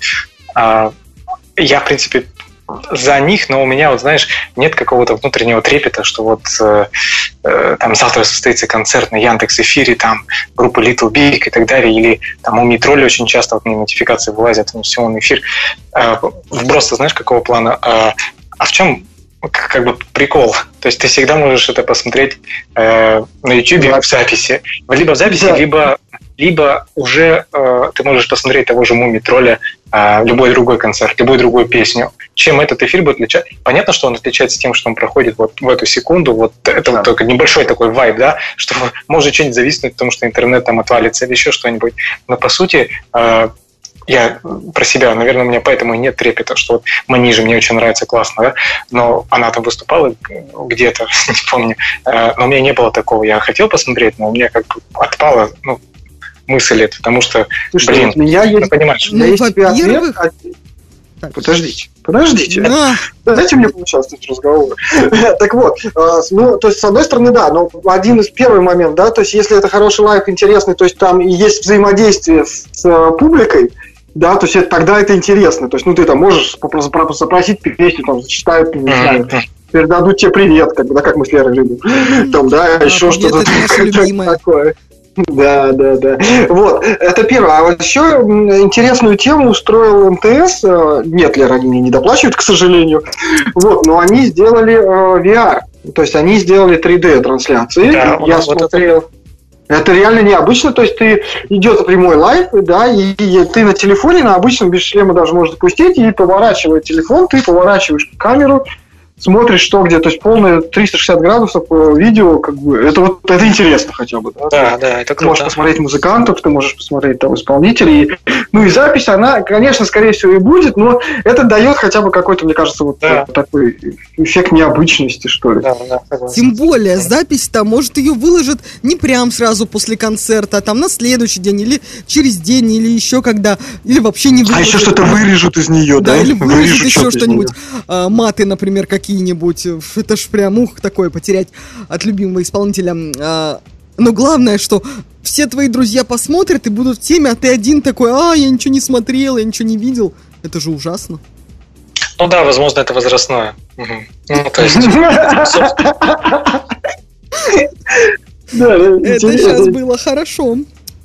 Я, в принципе, за них, но у меня, вот знаешь, нет какого-то внутреннего трепета, что вот там завтра состоится концерт на Яндекс.Эфире, там группы Little Big и так далее, или там у Митроли очень часто вот мне нотификации вылазят, все на эфир. Вброс-то знаешь, какого плана? А в чем как бы прикол? То есть ты всегда можешь это посмотреть на YouTube в записи. Либо в записи, либо уже ты можешь посмотреть того же Мумий-тролля, любой другой концерт, любую другую песню. Чем этот эфир будет отличаться? Понятно, что он отличается тем, что он проходит вот в эту секунду. Вот это вот только небольшой такой вайб, да, что может что-нибудь зависнуть, потому что интернет там отвалится или еще что-нибудь. Но по сути, я про себя, наверное, у меня поэтому и нет трепета, что вот Манижа мне очень нравится, классно, да, но она там выступала где-то, не помню, но у меня не было такого. Я хотел посмотреть, но у меня как бы отпала, мысль это, потому что, слушай, у меня есть, понимаешь? У меня есть ответ. Подождите. Дайте мне поучаствовать в разговоре. Так вот, то есть, с одной стороны, да, но один из первых моментов, да, то есть, если это хороший лайв, интересный, то есть, там и есть взаимодействие с публикой, да, то есть, тогда это интересно. То есть, ты там можешь запросить песню, там, зачитают, не знаю, передадут тебе привет, как мы с Лерой любим. Там, да, еще что-то такое. Да. Вот, это первое. А вот еще интересную тему устроил МТС. Нет, Лера, они мне не доплачивают, к сожалению. Вот, но они сделали VR. То есть они сделали 3D-трансляции. Да, я смотрел. Это реально необычно. То есть ты идет прямой лайв, да, и ты на телефоне, на обычном без шлема даже можешь запустить, и поворачивая телефон, ты поворачиваешь камеру, смотришь, что где, то есть полное 360 градусов видео, как бы, это интересно хотя бы, да? Да, это круто. Ты можешь посмотреть музыкантов, ты можешь посмотреть там исполнителей, и запись, она, конечно, скорее всего и будет, но это дает хотя бы какой-то, мне кажется, такой эффект необычности, что ли. Да, тем более, запись-то, может, ее выложат не прям сразу после концерта, а там на следующий день, или через день, или еще когда, или вообще не выложат. А еще что-то вырежут из нее, да? Или вырежут еще что-нибудь, маты, например, какие-нибудь, это ж прям такое потерять от любимого исполнителя. Но главное, что все твои друзья посмотрят и будут в теме, а ты один такой, я ничего не смотрел, я ничего не видел. Это же ужасно. Ну да, возможно, это возрастное. То есть... Это сейчас было хорошо.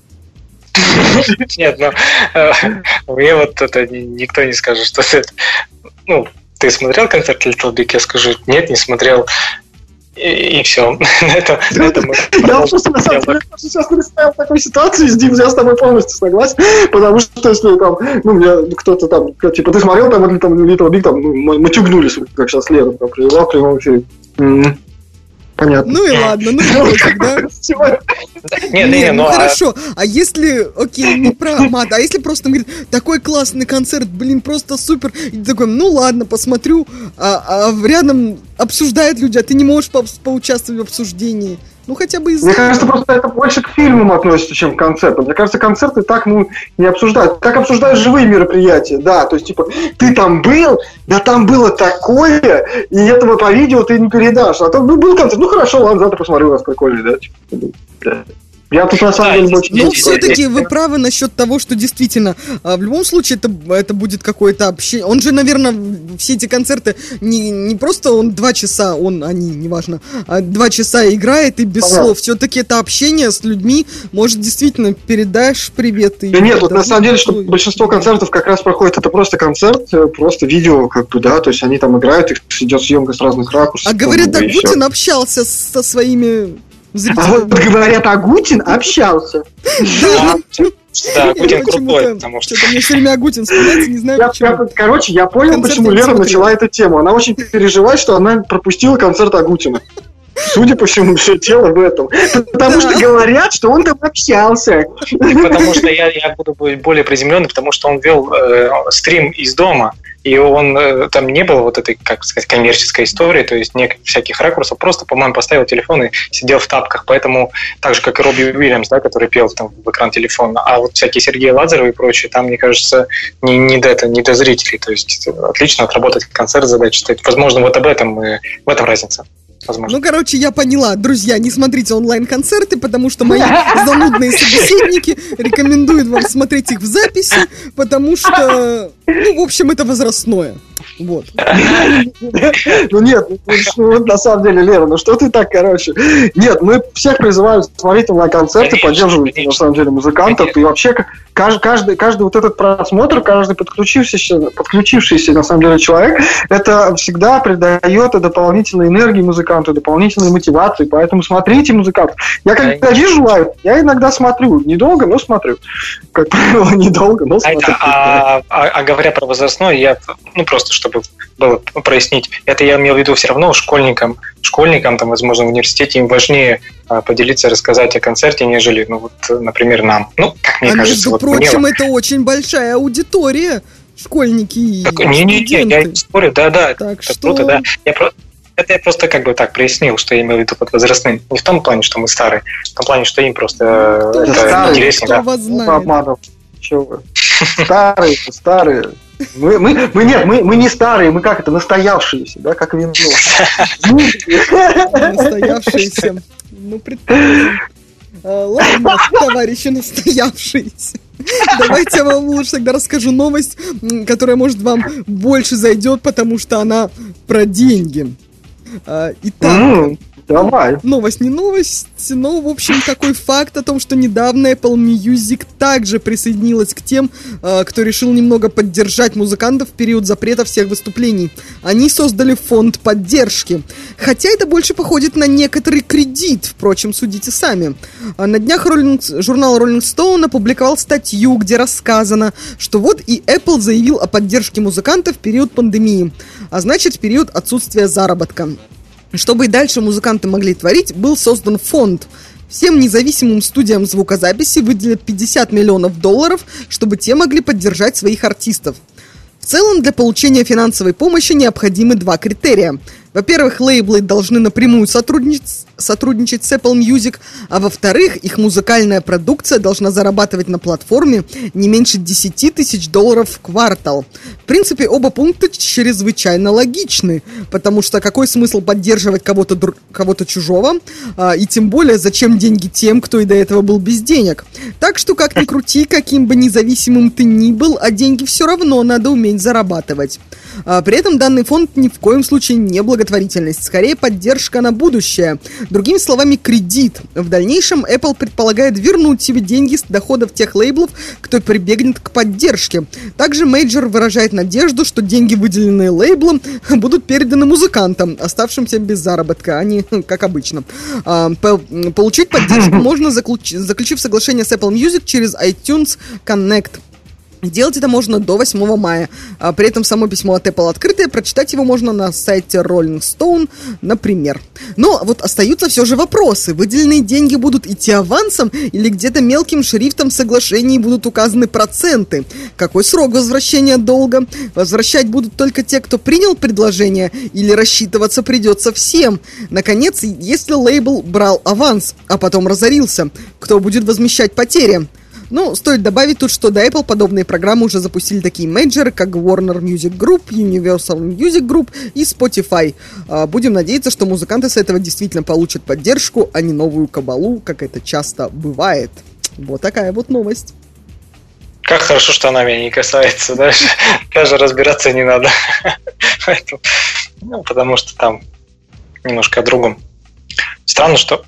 Нет, мне вот это никто не скажет, что это... Ты смотрел концерт Little Big? Я скажу, нет, не смотрел. И все. Я просто на самом деле сейчас представил такую ситуацию, Дим, я с тобой полностью согласен, потому что если там, мне кто-то там, типа, ты смотрел там Little Big, там, мы тюгнулись, как сейчас Лера там привела в прямом эфире. Понятно. Ну и ладно, ну и пофиг, да? Не, ну хорошо. А если, не про мат, а если просто говорит, такой классный концерт, блин, просто супер. И ты такой, ну ладно, посмотрю, а рядом обсуждают люди, а ты не можешь поучаствовать в обсуждении. Ну, хотя бы из-за... Мне кажется, просто это больше к фильмам относится, чем к концертам. Мне кажется, концерты так, не обсуждают. Так обсуждают живые мероприятия, да. То есть, типа, ты там был, да там было такое, и этого по видео ты не передашь. А то, был концерт, хорошо, ладно, завтра посмотрю, у вас прикольный, да. Типа, да. Я тут на самом деле очень... Но все-таки вы правы насчет того, что действительно, в любом случае это будет какое-то общение. Он же, наверное, все эти концерты не просто он 2 часа, неважно, 2 часа играет и без слов. Все-таки это общение с людьми, может, действительно передашь привет. И нет, вот на самом деле, что большинство концертов как раз проходит, это просто концерт, просто видео, как бы, да, то есть они там играют, их идет съемка с разных ракурсов. А говорят, Агутин общался со своими... зрители. А вот говорят, Агутин общался. Да, Агутин крутой, потому что... Что-то мне все время Агутин вспоминается, не знаю почему. Короче, я понял, почему Лера начала эту тему. Она очень переживает, что она пропустила концерт Агутина. Судя по всему, все дело в этом. Потому что говорят, что он там общался. Потому что я буду более приземленный, потому что он вел стрим из дома. И он там не было вот этой, как сказать, коммерческой истории, то есть нет всяких ракурсов, просто, по-моему, поставил телефон и сидел в тапках. Поэтому, так же, как и Робби Уильямс, да, который пел там в экран телефона, а вот всякие Сергей Лазарев и прочие, там, мне кажется, не до зрителей. То есть отлично отработать концерт, задачи. Возможно, вот в этом разница. Возможно. Ну, короче, я поняла. Друзья, не смотрите онлайн-концерты, потому что мои занудные собеседники рекомендуют вам смотреть их в записи, потому что, в общем, это возрастное. Вот. Ну нет, на самом деле, Лера, что ты так, короче. Нет, мы всех призываем смотреть онлайн-концерты, поддерживать, на самом деле, музыкантов. И вообще, каждый вот этот просмотр, каждый подключившийся, на самом деле, человек, это всегда придает дополнительной энергии музыканту, дополнительной мотивации. Поэтому смотрите музыкантов. Я когда вижу лайв, я иногда смотрю. Недолго, но смотрю. Как правило, недолго, но смотрю. А говоря про возрастное, я, просто чтобы было прояснить, это я имел в виду все равно школьникам, там, возможно, в университете им важнее поделиться, рассказать о концерте, нежели, например, нам. Как мне кажется, между прочим, это очень большая аудитория, школьники и студенты. Я не спорю, да, так это что... круто, да. Я просто как бы так прояснил, что я имел в виду под возрастным. Не в том плане, что мы старые, в том плане, что им просто это интереснее. Кто вас знает. Чего вы? Старые. Мы не старые, мы как это, настоявшиеся, да, как вино. Настоявшиеся. Предположим. Ладно, товарищи настоявшиеся. Давайте я вам лучше тогда расскажу новость, которая, может, вам больше зайдет, потому что она про деньги. Итак, давай. Новость не новость, но, в общем, такой факт о том, что недавно Apple Music также присоединилась к тем, кто решил немного поддержать музыкантов в период запрета всех выступлений. Они создали фонд поддержки. Хотя это больше походит на некоторый кредит, впрочем, судите сами. На днях журнал Rolling Stone опубликовал статью, где рассказано, что вот и Apple заявил о поддержке музыкантов в период пандемии, а значит, в период отсутствия заработка. Чтобы и дальше музыканты могли творить, был создан фонд. Всем независимым студиям звукозаписи выделят $50 миллионов, чтобы те могли поддержать своих артистов. В целом, для получения финансовой помощи необходимы 2 критерия. Во-первых, лейблы должны напрямую сотрудничать с Apple Music, а во-вторых, их музыкальная продукция должна зарабатывать на платформе не меньше $10 тысяч в квартал. В принципе, оба пункта чрезвычайно логичны, потому что какой смысл поддерживать кого-то чужого, и тем более, зачем деньги тем, кто и до этого был без денег. Так что, как ни крути, каким бы независимым ты ни был, а деньги все равно надо уметь зарабатывать. При этом данный фонд ни в коем случае не благотворительность, скорее поддержка на будущее. Другими словами, кредит. В дальнейшем Apple предполагает вернуть себе деньги с доходов тех лейблов, кто прибегнет к поддержке. Также мейджор выражает надежду, что деньги, выделенные лейблом, будут переданы музыкантам, оставшимся без заработка, а не как обычно. Получить поддержку можно, заключив соглашение с Apple Music через iTunes Connect. Делать это можно до 8 мая. При этом само письмо от Apple открытое. Прочитать его можно на сайте Rolling Stone, например. Но вот остаются все же вопросы. Выделенные деньги будут идти авансом или где-то мелким шрифтом в соглашении будут указаны проценты? Какой срок возвращения долга? Возвращать будут только те, кто принял предложение, или рассчитываться придется всем? Наконец, если лейбл брал аванс, а потом разорился, кто будет возмещать потери? Ну, стоит добавить тут, что до Apple подобные программы уже запустили такие мейджоры, как Warner Music Group, Universal Music Group и Spotify. Будем надеяться, что музыканты с этого действительно получат поддержку, а не новую кабалу, как это часто бывает. Вот такая вот новость. Как хорошо, что она меня не касается, даже разбираться не надо. Потому что там немножко о другом. Странно, что...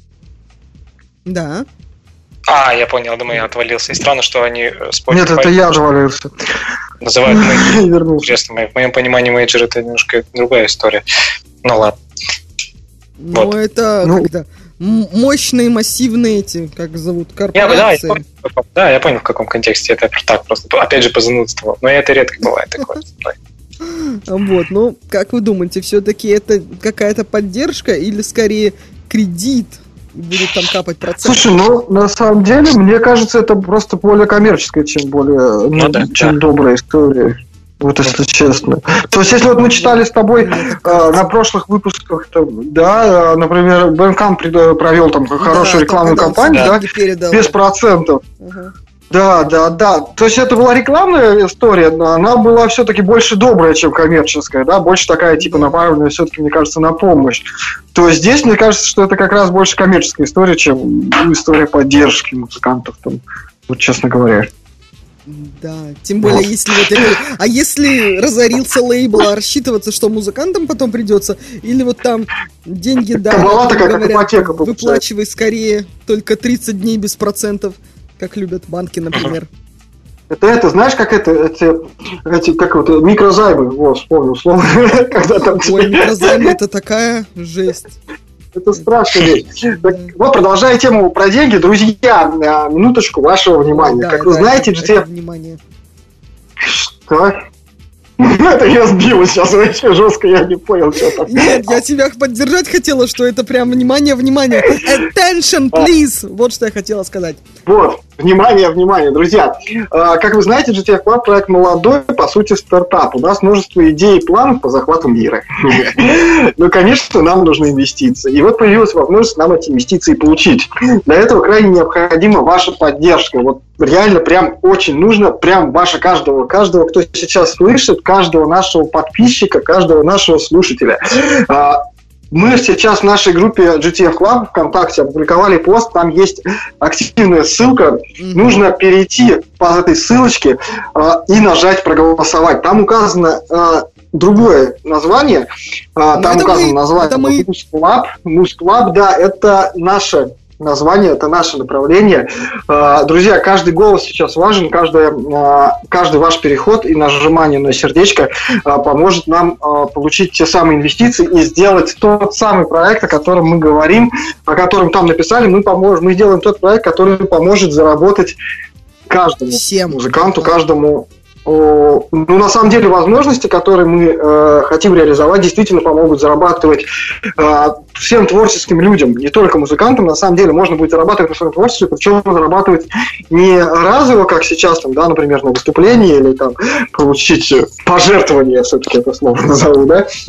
Да. Я понял, думаю, я отвалился. И странно, что они Spotify... Нет, это я отвалился. Называют мейджор. Честно, в моем понимании мейджор это немножко другая история. Ну ладно. Ну, вот. Это когда мощные, массивные эти, как зовут, корпорации. Я понял, в каком контексте это так просто. Опять же, по занудству. Но это редко бывает такое. Вот, ну, как вы думаете, все-таки это какая-то поддержка или скорее кредит? Будет там капать процент. Слушай, на самом деле, мне кажется, это просто более коммерческая, чем чем добрая история. Вот если честно. То есть, если вот мы читали с тобой на прошлых выпусках, например, Bandcamp провел там хорошую рекламную кампанию, без процентов. Да. То есть это была рекламная история, но она была все-таки больше добрая, чем коммерческая, больше такая, направленная все-таки, мне кажется, на помощь. То есть здесь, мне кажется, что это как раз больше коммерческая история, чем история поддержки музыкантов, вот честно говоря. Да, тем более, если разорился лейбл, рассчитываться, что музыкантам потом придется, или вот там деньги, кабала такая, как ипотека, выплачивай скорее, только 30 дней без процентов, как любят банки, например. Это знаешь, как микрозаймы, вспомнил слово. Микрозаймы это такая жесть. Это страшная вещь. Вот, продолжая тему про деньги, друзья, минуточку вашего внимания. Как вы знаете, GTF... Внимание. Что? Это я сбил сейчас очень жестко, я не понял, что там. Нет, я тебя поддержать хотела, что это прям внимание. Attention, please! Вот что я хотела сказать. Вот, внимание, друзья. Как вы знаете, GTF Club проект молодой, по сути, стартап. У нас множество идей и планов по захвату мира. Но, конечно, нам нужны инвестиции. И вот появилась возможность нам эти инвестиции получить. Для этого крайне необходима ваша поддержка. Вот реально прям очень нужно, прям ваша каждого, кто сейчас слышит, каждого нашего подписчика, каждого нашего слушателя. Мы сейчас в нашей группе GTF Club ВКонтакте опубликовали пост, там есть активная ссылка. Нужно перейти по этой ссылочке и нажать «Проголосовать». Там указано другое название. Там указано название Muse Club, да, это наше название, это наше направление. Друзья, каждый голос сейчас важен, каждый ваш переход и нажимание на сердечко поможет нам получить те самые инвестиции и сделать тот самый проект, о котором мы говорим, о котором там написали. Мы сделаем тот проект, который поможет заработать каждому музыканту, каждому. На самом деле, возможности, которые мы хотим реализовать, действительно помогут зарабатывать всем творческим людям, не только музыкантам. На самом деле, можно будет зарабатывать на своем творчестве, причем зарабатывать не разово, как сейчас, например, на выступлении, или получить пожертвование, я все-таки это слово назову,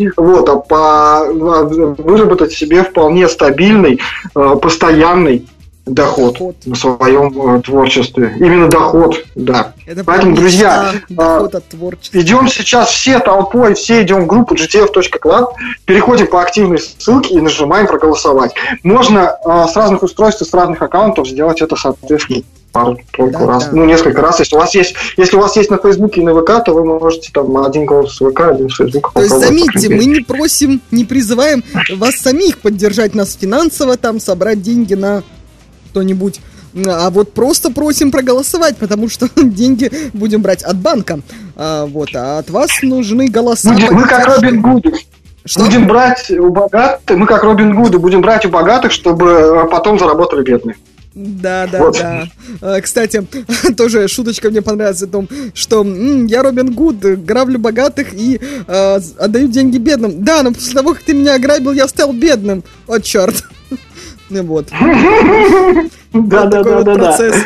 а выработать себе вполне стабильный, постоянный доход на своем творчестве. Именно доход, да. Поэтому, друзья, идем сейчас все толпой, все идем в группу gtf.club, переходим по активной ссылке и нажимаем «Проголосовать». Можно с разных устройств и с разных аккаунтов сделать это, соответственно, несколько раз. Если у вас есть на Фейсбуке и на ВК, то вы можете один голос с ВК, один с Фейсбука. То есть, заметьте, мы не просим, не призываем вас самих поддержать нас финансово, собрать деньги на что-нибудь, а вот просто просим проголосовать, потому что деньги будем брать от банка, а от вас нужны голоса. Мы как Робин Гуды. Будем брать у богатых, мы как Робин Гуды будем брать у богатых, чтобы потом заработали бедные. Да. Вот. Кстати, тоже шуточка мне понравилась о том, что я Робин Гуд, граблю богатых и отдаю деньги бедным. Да, но после того, как ты меня ограбил, я стал бедным. О, черт. Вот. Да. Процесс.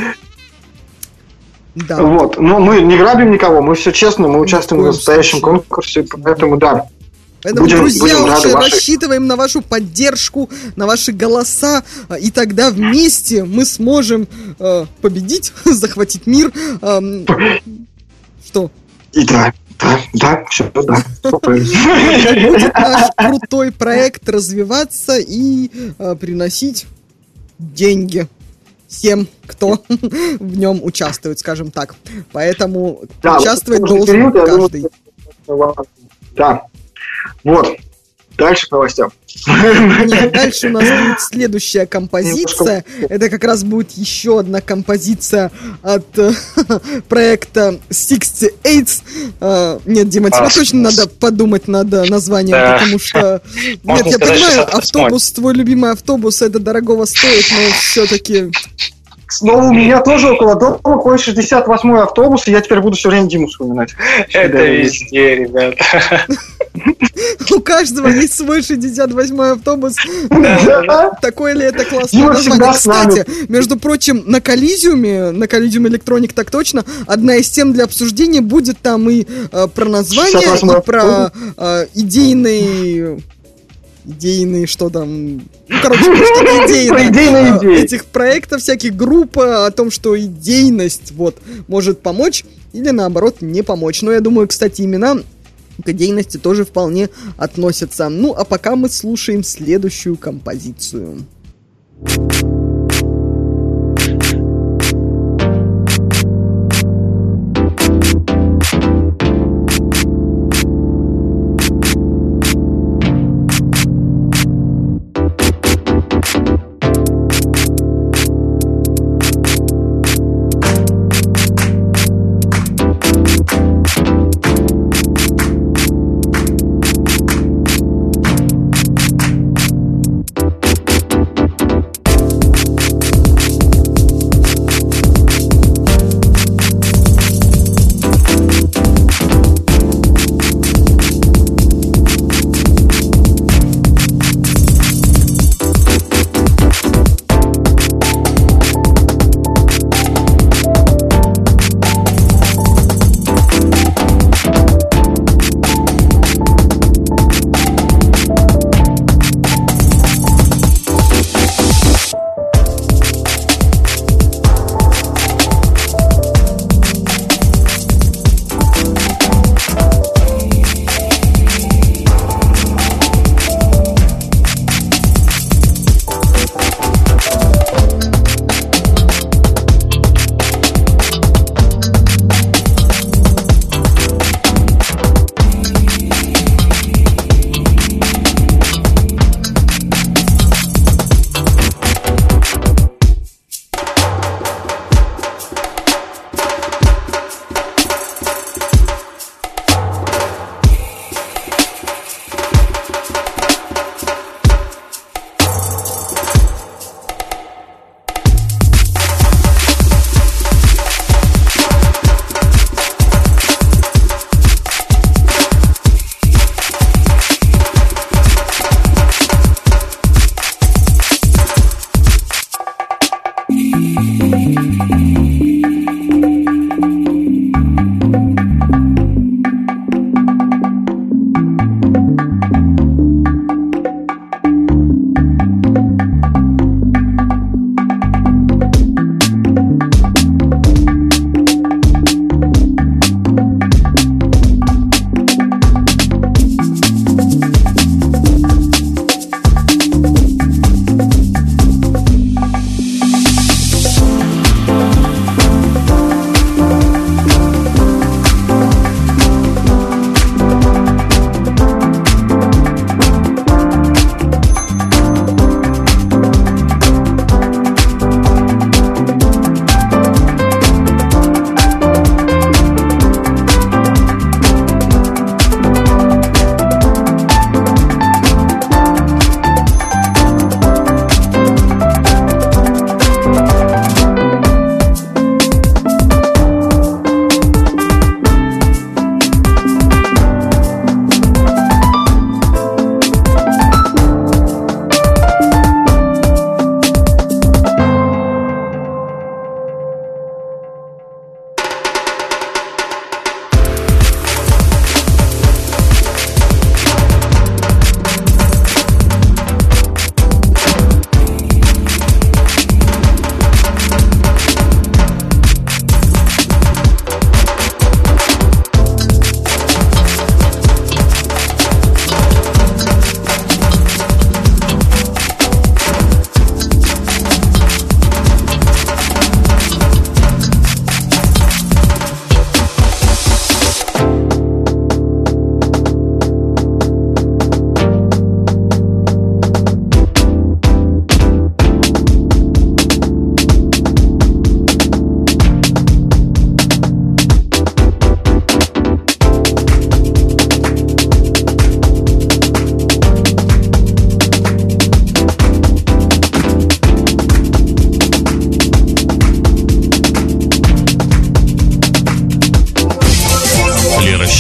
Да. Вот, но мы не грабим никого, мы все честно, мы участвуем в коем настоящем случае. конкурсе, поэтому да. Поэтому, друзья, будем рады очень вашей... рассчитываем на вашу поддержку, на ваши голоса, и тогда вместе мы сможем победить, захватить мир. Что? И да, все, да. Будет наш крутой проект развиваться и приносить деньги всем, кто в нем участвует, скажем так. Поэтому участвовать должен каждый. Да. Вот. Дальше к новостям. Нет, дальше у нас будет следующая композиция. Это как раз будет еще одна композиция от проекта 68. Нет, Дима, тебе точно надо подумать над названием, потому что... Нет, я понимаю, автобус, твой любимый автобус, это дорогого стоит, но все-таки... Но у меня тоже около дома ходит 68-й автобус, и я теперь буду все время Диму вспоминать. Это везде, ребята. У каждого есть свой 68-й автобус. Такое ли это классное Дима название? всегда с нами. Кстати, между прочим, на Коллизиуме Electronic так точно, одна из тем для обсуждения будет там и про название, и про идейные, что там... Ну, короче, что-то идейное этих проектов, всяких групп, о том, что идейность вот может помочь или наоборот не помочь. Но я думаю, кстати, имена к идейности тоже вполне относятся. Ну, а пока мы слушаем следующую композицию.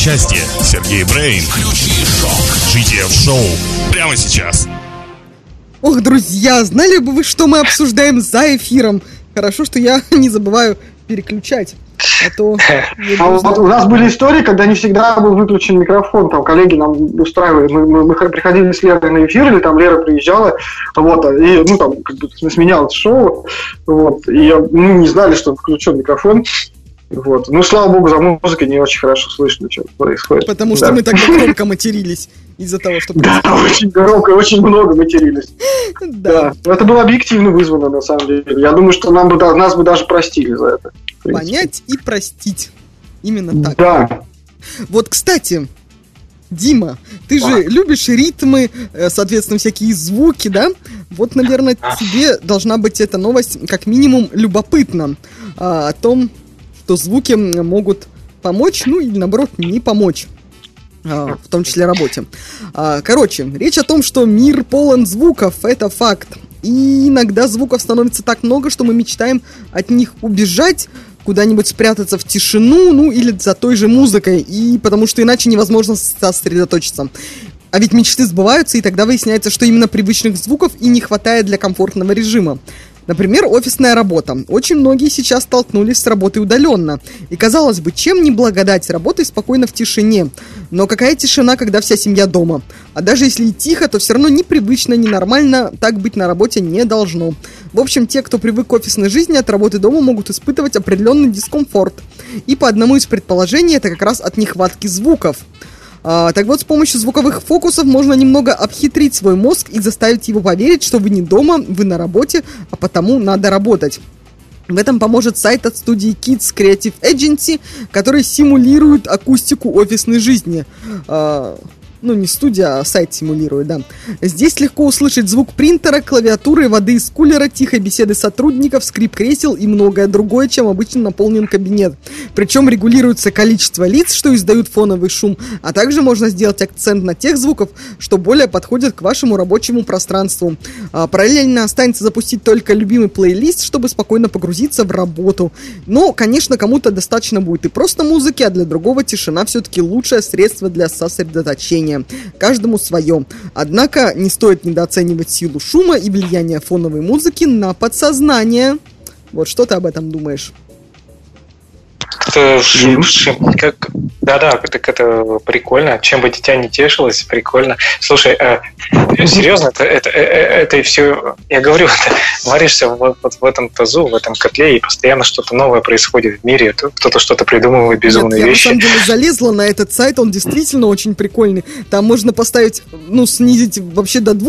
счастье, Сергей Брейн. GTF Шоу прямо сейчас. Ох, друзья, знали бы вы, что мы обсуждаем за эфиром? Хорошо, что я не забываю переключать. А то... вот у нас были истории, когда не всегда был выключен микрофон. Там коллеги нам устраивали. Мы приходили с Лерой на эфир, или там Лера приезжала, вот, и, ну, там, как бы сменялось шоу, вот, и мы не знали, что включен микрофон. Вот. Ну, слава богу, за музыкой не очень хорошо слышно, что происходит. Потому что мы так громко матерились из-за того, что... Да, очень громко, очень много матерились. Да. Это было объективно вызвано, на самом деле. Я думаю, что нас бы даже простили за это. Понять и простить. Именно так. Да. Вот, кстати, Дима, ты же любишь ритмы, соответственно, всякие звуки, да? Вот, наверное, тебе должна быть эта новость как минимум любопытна о том, что звуки могут помочь, ну или наоборот не помочь, в том числе работе. Короче, речь о том, что мир полон звуков, это факт. И иногда звуков становится так много, что мы мечтаем от них убежать, куда-нибудь спрятаться в тишину, ну или за той же музыкой, и потому что иначе невозможно сосредоточиться. А ведь мечты сбываются, и тогда выясняется, что именно привычных звуков и не хватает для комфортного режима. Например, офисная работа. Очень многие сейчас столкнулись с работой удаленно. И казалось бы, чем не благодать, работай спокойно в тишине. Но какая тишина, когда вся семья дома? А даже если и тихо, то все равно непривычно, ненормально, так быть на работе не должно. В общем, те, кто привык к офисной жизни, от работы дома могут испытывать определенный дискомфорт. И по одному из предположений, это как раз от нехватки звуков. Так вот, с помощью звуковых фокусов можно немного обхитрить свой мозг и заставить его поверить, что вы не дома, вы на работе, а потому надо работать. В этом поможет сайт от студии Kids Creative Agency, который симулирует акустику офисной жизни. Ну, не студия, а сайт симулирует, да. Здесь легко услышать звук принтера, клавиатуры, воды из кулера, тихой беседы сотрудников, скрип кресел и многое другое, чем обычно наполнен кабинет. Причем регулируется количество лиц, что издают фоновый шум, а также можно сделать акцент на тех звуков, что более подходят к вашему рабочему пространству. Параллельно останется запустить только любимый плейлист, чтобы спокойно погрузиться в работу. Но, конечно, кому-то достаточно будет и просто музыки, а для другого тишина все-таки лучшее средство для сосредоточения. Каждому свое. Однако не стоит недооценивать силу шума и влияние фоновой музыки на подсознание. Вот что ты об этом думаешь? Да, так это прикольно. Чем бы дитя не тешилось, прикольно. Слушай, серьезно, это все, я говорю, ты варишься вот в этом тазу, в этом котле, и постоянно что-то новое происходит в мире, кто-то что-то придумывает, безумные вещи. Я на самом деле залезла на этот сайт, он действительно очень прикольный. Там можно поставить, снизить вообще до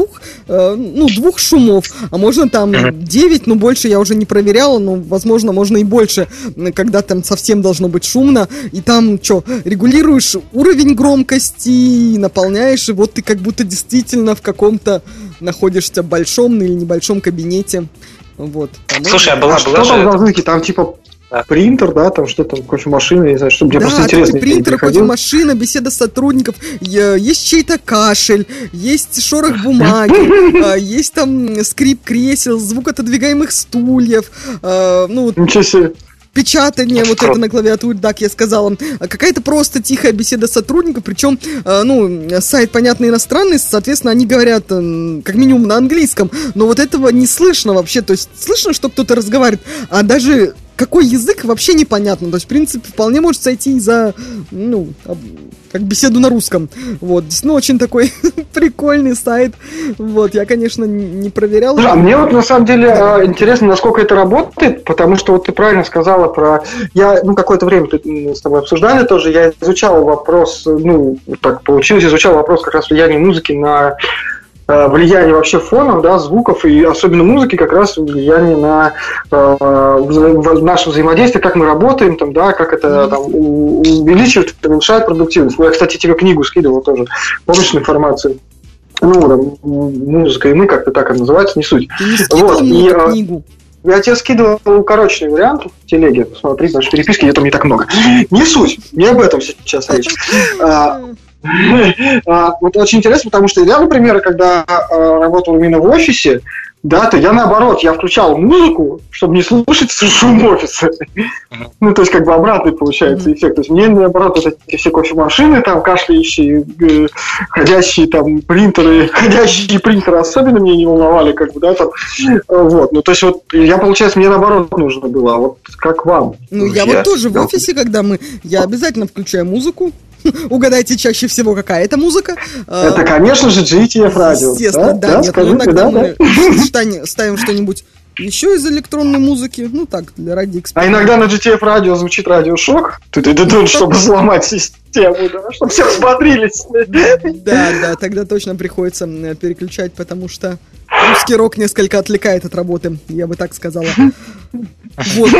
2 шумов, а можно там 9, но больше я уже не проверяла, но, возможно, можно и больше, когда там совсем должно быть шумно, и там, регулируешь уровень громкости, наполняешь, и вот ты как будто действительно в каком-то находишься большом или небольшом кабинете. Вот. Слушай, что там за звуки? Там типа принтер, да, там что там, кофемашина, не знаю, что мне просто интересно. Да, принтер, кофемашина, беседа сотрудников, есть чей-то кашель, есть шорох бумаги, есть там скрип кресел, звук отодвигаемых стульев, Ничего себе. Печатание, вот это на клавиатуре, так я сказала. Какая-то просто тихая беседа сотрудников, причем, сайт, понятно, иностранный, соответственно, они говорят, как минимум, на английском, но вот этого не слышно вообще, то есть слышно, что кто-то разговаривает, а даже какой язык вообще непонятно, то есть, в принципе, вполне может сойти за, как беседу на русском, вот, очень такой прикольный сайт, вот, я, конечно, не проверял. А мне вот, на самом деле, интересно, насколько это работает, потому что вот ты правильно сказала про, какое-то время с тобой обсуждали тоже, я изучал вопрос, так получилось, изучал вопрос как раз влияния музыки на влияние вообще фонов, да, звуков и особенно музыки, как раз влияние на наше взаимодействие, как мы работаем, там, да, как это там, увеличивает, уменьшает продуктивность. Я, кстати, тебе книгу скидывал тоже, помнишь информацию? Музыка и мы, как-то так это называется, не суть. Ты не скидывал мне эту книгу? Я тебе скидывал укороченный вариант в телеге, посмотри, в нашей переписке, где-то не так много. Не суть, не об этом сейчас речь. Вот очень интересно, потому что я, например, когда работал именно в офисе, да, то я наоборот, я включал музыку, чтобы не слушать шум офиса. Ну, то есть, как бы обратный получается эффект. То есть, мне наоборот, вот эти все кофемашины, там, кашляющие, ходящие принтеры особенно меня не волновали, как бы, да, там. Вот, ну, то есть, вот, я, получается, мне наоборот нужно было, а вот как вам? Ну, я вот тоже в офисе, когда я обязательно включаю музыку. Угадайте чаще всего, какая это музыка. Это, конечно же, GTF радио. Естественно, да, нет, ну иногда мы ставим что-нибудь еще из электронной музыки, ну так, ради эксперимента. А иногда на GTF радио звучит радиошок, чтобы сломать систему, да, чтобы все взбодрились. Да, тогда точно приходится переключать, потому что русский рок несколько отвлекает от работы, я бы так сказала. Вот.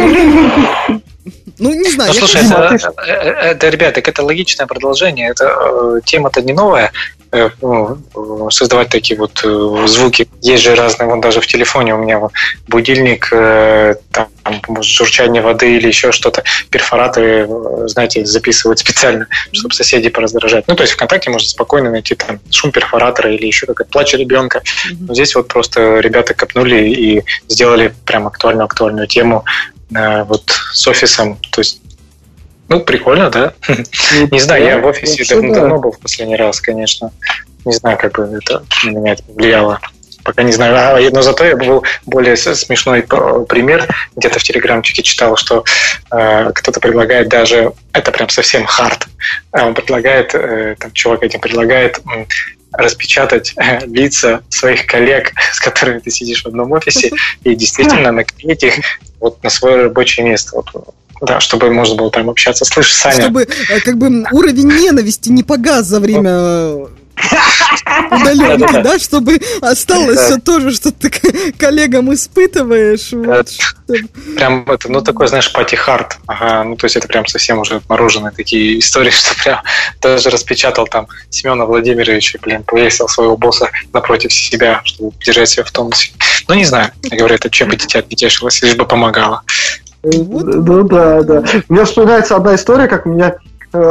Ну, не знаю. Ну, слушай, ребята, это логичное продолжение. Тема-то не новая. Создавать такие вот звуки. Есть же разные, вон даже в телефоне у меня вот будильник, там, может, журчание воды или еще что-то. Перфораторы, знаете, записывают специально, чтобы соседей пораздражать. Ну, то есть ВКонтакте можно спокойно найти там шум перфоратора или еще какой-то плач ребенка. Но здесь вот просто ребята копнули и сделали прям актуальную тему вот с офисом. То есть, ну, прикольно, да? Не знаю, я в офисе давно был в последний раз, конечно. Не знаю, как бы это на меня влияло. Пока не знаю. Но зато я был более смешной пример. Где-то в телеграмчике читал, что кто-то предлагает даже... Это прям совсем хард. Он предлагает... Там чувак этим предлагает... распечатать лица своих коллег, с которыми ты сидишь в одном офисе, и действительно наклеить их вот на свое рабочее место. Вот, да, чтобы можно было там общаться. Слышь, Саня... Чтобы как бы уровень ненависти не погас за время удаленки, да, чтобы осталось все то же, что ты коллегам испытываешь. Прям это, ну, такой, знаешь, пати-хард. Ага, ну, то есть это прям совсем уже отмороженные такие истории, что прям даже распечатал там Семена Владимировича, повесил своего босса напротив себя, чтобы держать себя в тонусе. Ну, не знаю, я говорю, это чем бы дитя не тешилось, лишь бы помогало. Ну, да. Мне вспоминается одна история, как у меня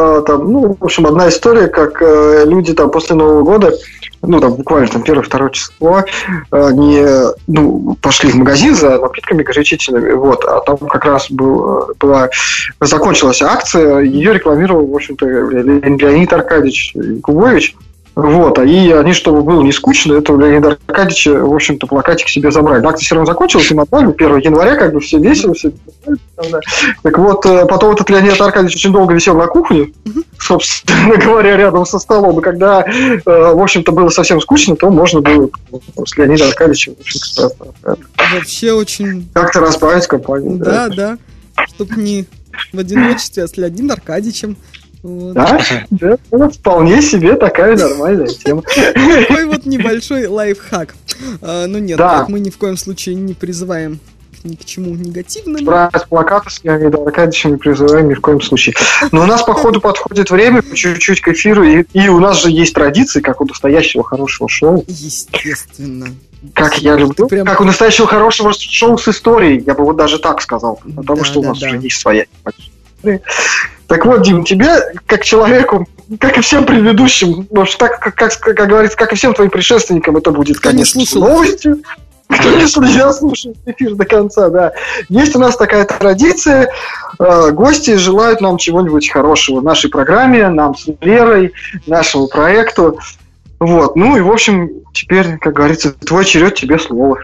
одна история, как люди там после Нового года, ну, там буквально там 1-2 число, они, пошли в магазин за напитками горячительными, вот, а там как раз закончилась акция, ее рекламировал, в общем-то, Леонид Аркадьевич Якубович. Вот, и они, чтобы было не скучно, этого Леонида Аркадьевича, в общем-то, плакатик себе забрали. Акция все равно закончилась, им отдали 1 января, как бы все весело, все. Так вот, потом этот Леонид Аркадьевич очень долго висел на кухне, собственно говоря, рядом со столом, и когда, в общем-то, было совсем скучно, то можно было с Леонидом Аркадьевичем, в общем-то, вообще очень... как-то расправить компанию. Да, чтобы не в одиночестве, а с Леонидом Аркадьевичем. Вот. Да, вполне себе такая нормальная тема. Такой вот небольшой лайфхак. Ну нет, мы ни в коем случае не призываем ни к чему негативному. Брать плакаты с Леонидом Аркадьевичем не призываем ни в коем случае. Но у нас, походу, подходит время чуть-чуть к эфиру, и у нас же есть традиции, как у настоящего хорошего шоу. Естественно. Как я люблю. Как у настоящего хорошего шоу с историей, я бы вот даже так сказал. Потому что у нас уже есть своя история. Так вот, Дим, тебе, как человеку, как и всем предыдущим, так, как говорится, как и всем твоим предшественникам, это будет, конечно, новостью. Кто не слушал эфир до конца, да. Есть у нас такая традиция. Гости желают нам чего-нибудь хорошего в нашей программе, нам с Лерой, нашему проекту. Вот. Ну и, в общем, теперь, как говорится, твой черед, тебе слово.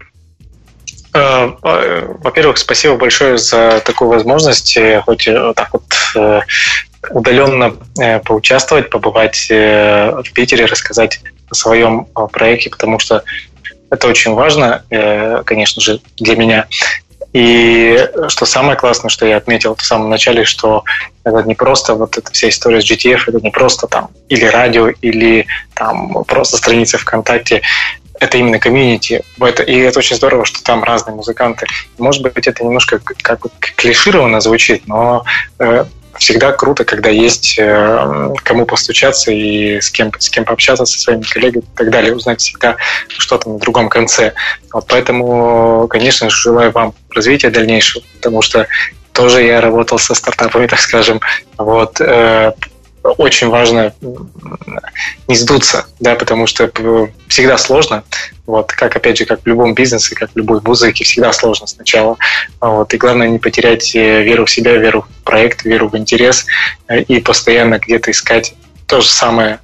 Во-первых, спасибо большое за такую возможность хоть так вот удаленно поучаствовать, побывать в Питере, рассказать о своем проекте, потому что это очень важно, конечно же, для меня. И что самое классное, что я отметил в самом начале, что это не просто вот эта вся история с GTF, это не просто там или радио, или там просто страница ВКонтакте. Это именно комьюнити. И это очень здорово, что там разные музыканты. Может быть, это немножко как клишированно звучит, но всегда круто, когда есть кому постучаться и с кем пообщаться со своими коллегами и так далее, узнать всегда что-то на другом конце. Вот поэтому, конечно же, желаю вам развития дальнейшего, потому что тоже я работал со стартапами, так скажем. Вот. очень важно не сдуться, да, потому что всегда сложно. Вот, как, опять же, как в любом бизнесе, как в любой музыке, всегда сложно сначала. Вот, и главное не потерять веру в себя, веру в проект, веру в интерес и постоянно где-то искать то самое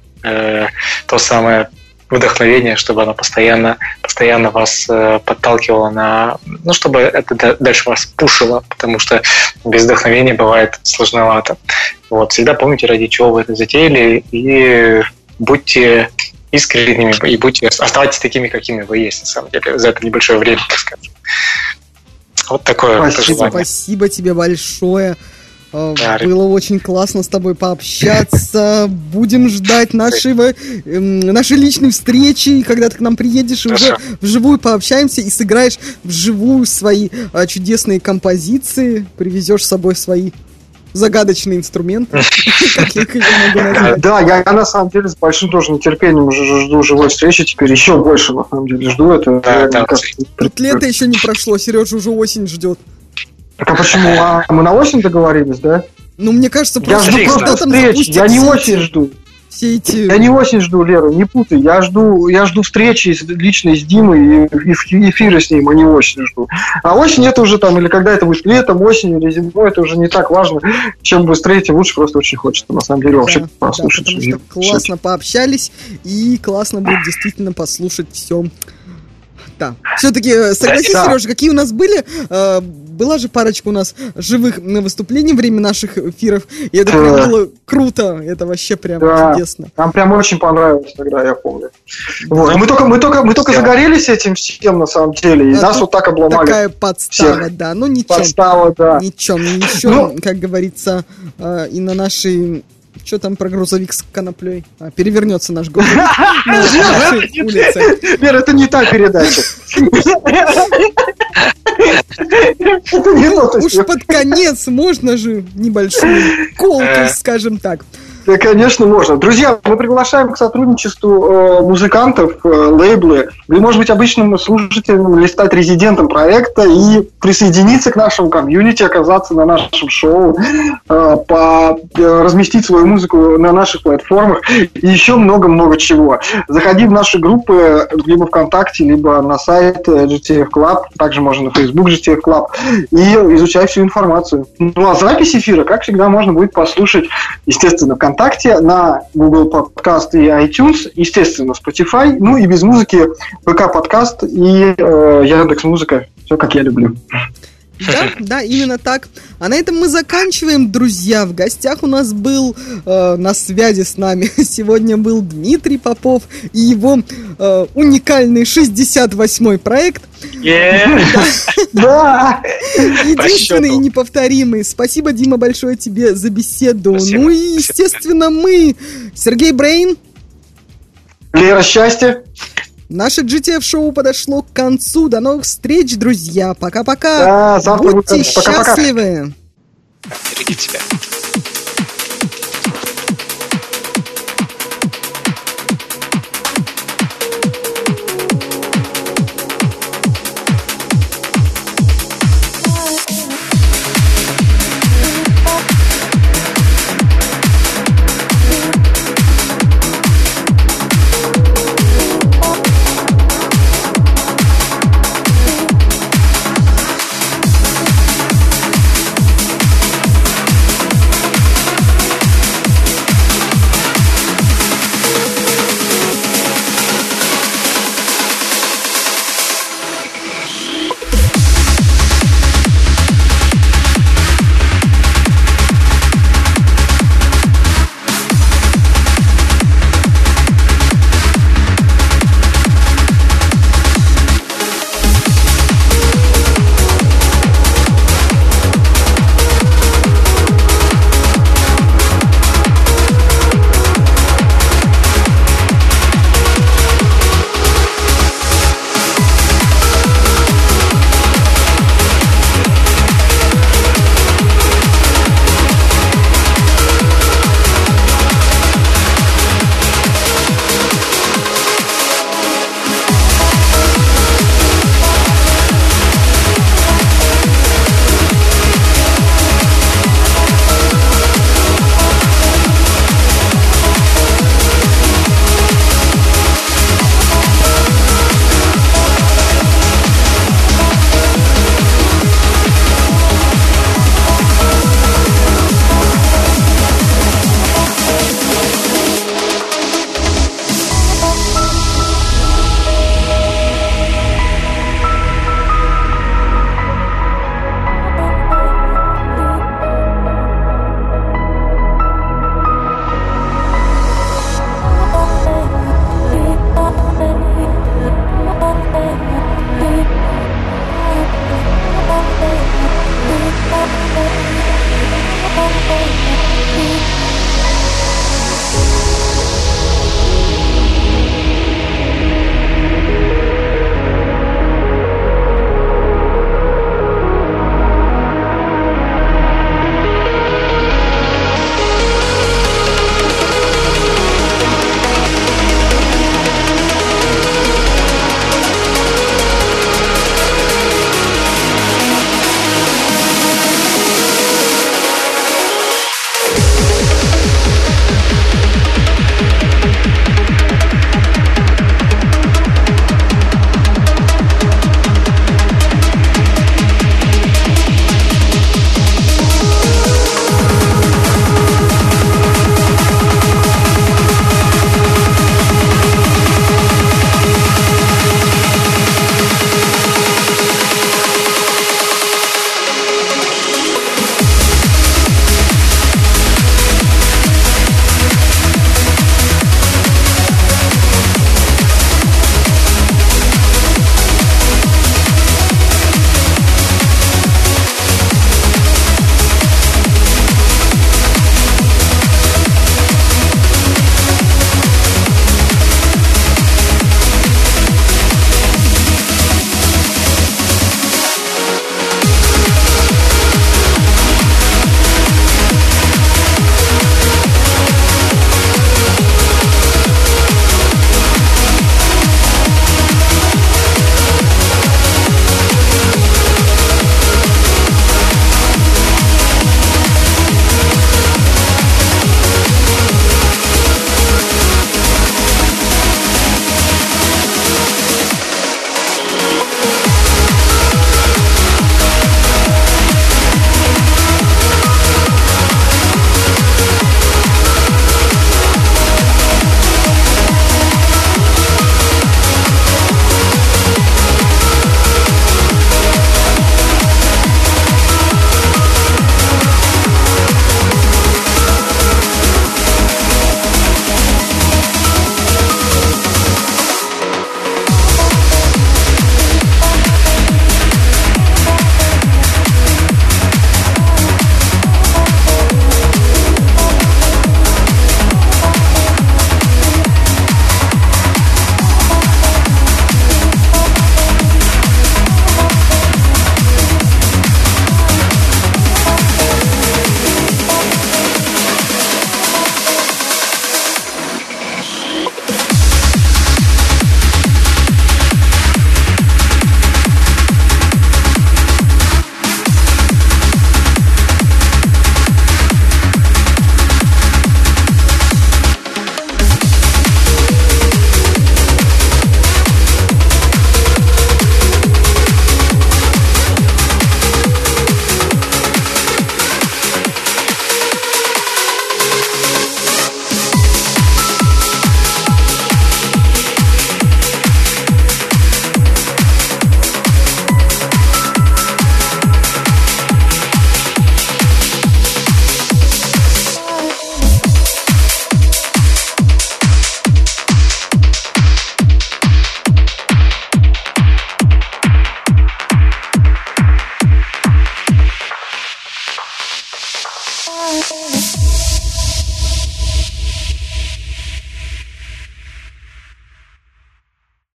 вдохновение, чтобы оно постоянно вас подталкивало на... Ну, чтобы это дальше вас пушило, потому что без вдохновения бывает сложновато. Вот, всегда помните, ради чего вы это затеяли, и будьте искренними, и оставайтесь такими, какими вы есть, на самом деле, за это небольшое время, так скажем. Вот такое пожелание. Спасибо тебе большое. Было очень классно с тобой пообщаться. Будем ждать нашей личной встречи. И когда ты к нам приедешь, и уже вживую пообщаемся и сыграешь вживую свои чудесные композиции. Привезешь с собой свои загадочные инструменты. Как я их могу назвать. Да, я на самом деле с большим тоже нетерпением уже жду живой встречи. Теперь еще больше, на самом деле, жду это. Тут лето еще не прошло, Сережа уже осень ждет. Так а почему? Мы на осень договорились, да? Ну, мне кажется, я жду просто встречи. Я не осень жду. Я не осень жду, Лера, не путай. Я жду встречи личной с Димой и эфира с ним, а не осень жду. А осень это уже там, или когда это будет летом, осенью или зимой, это уже не так важно. Чем быстрее, тем лучше, просто очень хочется, на самом деле, вообще послушать. Да, потому что классно пообщались, и классно будет действительно послушать все. Да. Все-таки, согласись, Сережа, какие у нас были? Была же парочка у нас живых выступлений во время наших эфиров, и это прям было круто, это вообще прям чудесно. Нам прям очень понравилось тогда, я помню. Вот. Мы только загорелись этим всем, на самом деле, и нас вот так обломали. Такая подстава, всех. Да, ну ничего. Подстава, да. Ничего, как говорится, и на нашей... Что там про грузовик с коноплей? Перевернется наш город на нашей улице. Вера, это не та передача. Уж под конец можно же небольшую колкость, скажем так. Да, конечно, можно. Друзья, мы приглашаем к сотрудничеству музыкантов, лейблы, или, может быть, обычным слушателям или стать резидентом проекта и присоединиться к нашему комьюнити, оказаться на нашем шоу, разместить свою музыку на наших платформах и еще много-много чего. Заходи в наши группы либо ВКонтакте, либо на сайт GTF Club, также можно на Facebook GTF Club, и изучай всю информацию. Ну, а запись эфира, как всегда, можно будет послушать, естественно, ВКонтакте, на Google Podcast и iTunes, естественно, Spotify, ну и без музыки ВК Подкаст и Яндекс.Музыка. Все, как я люблю. Да, именно так. А на этом мы заканчиваем, друзья. В гостях у нас был на связи с нами сегодня был Дмитрий Попов и его уникальный 68-й проект. Да! Единственный и неповторимый. Спасибо, Дима, большое тебе за беседу. Ну и, естественно, мы, Сергей Брейн, Лера Счастье. Наше GTF-шоу подошло к концу. До новых встреч, друзья. Пока-пока. Будьте счастливы. Берегите себя.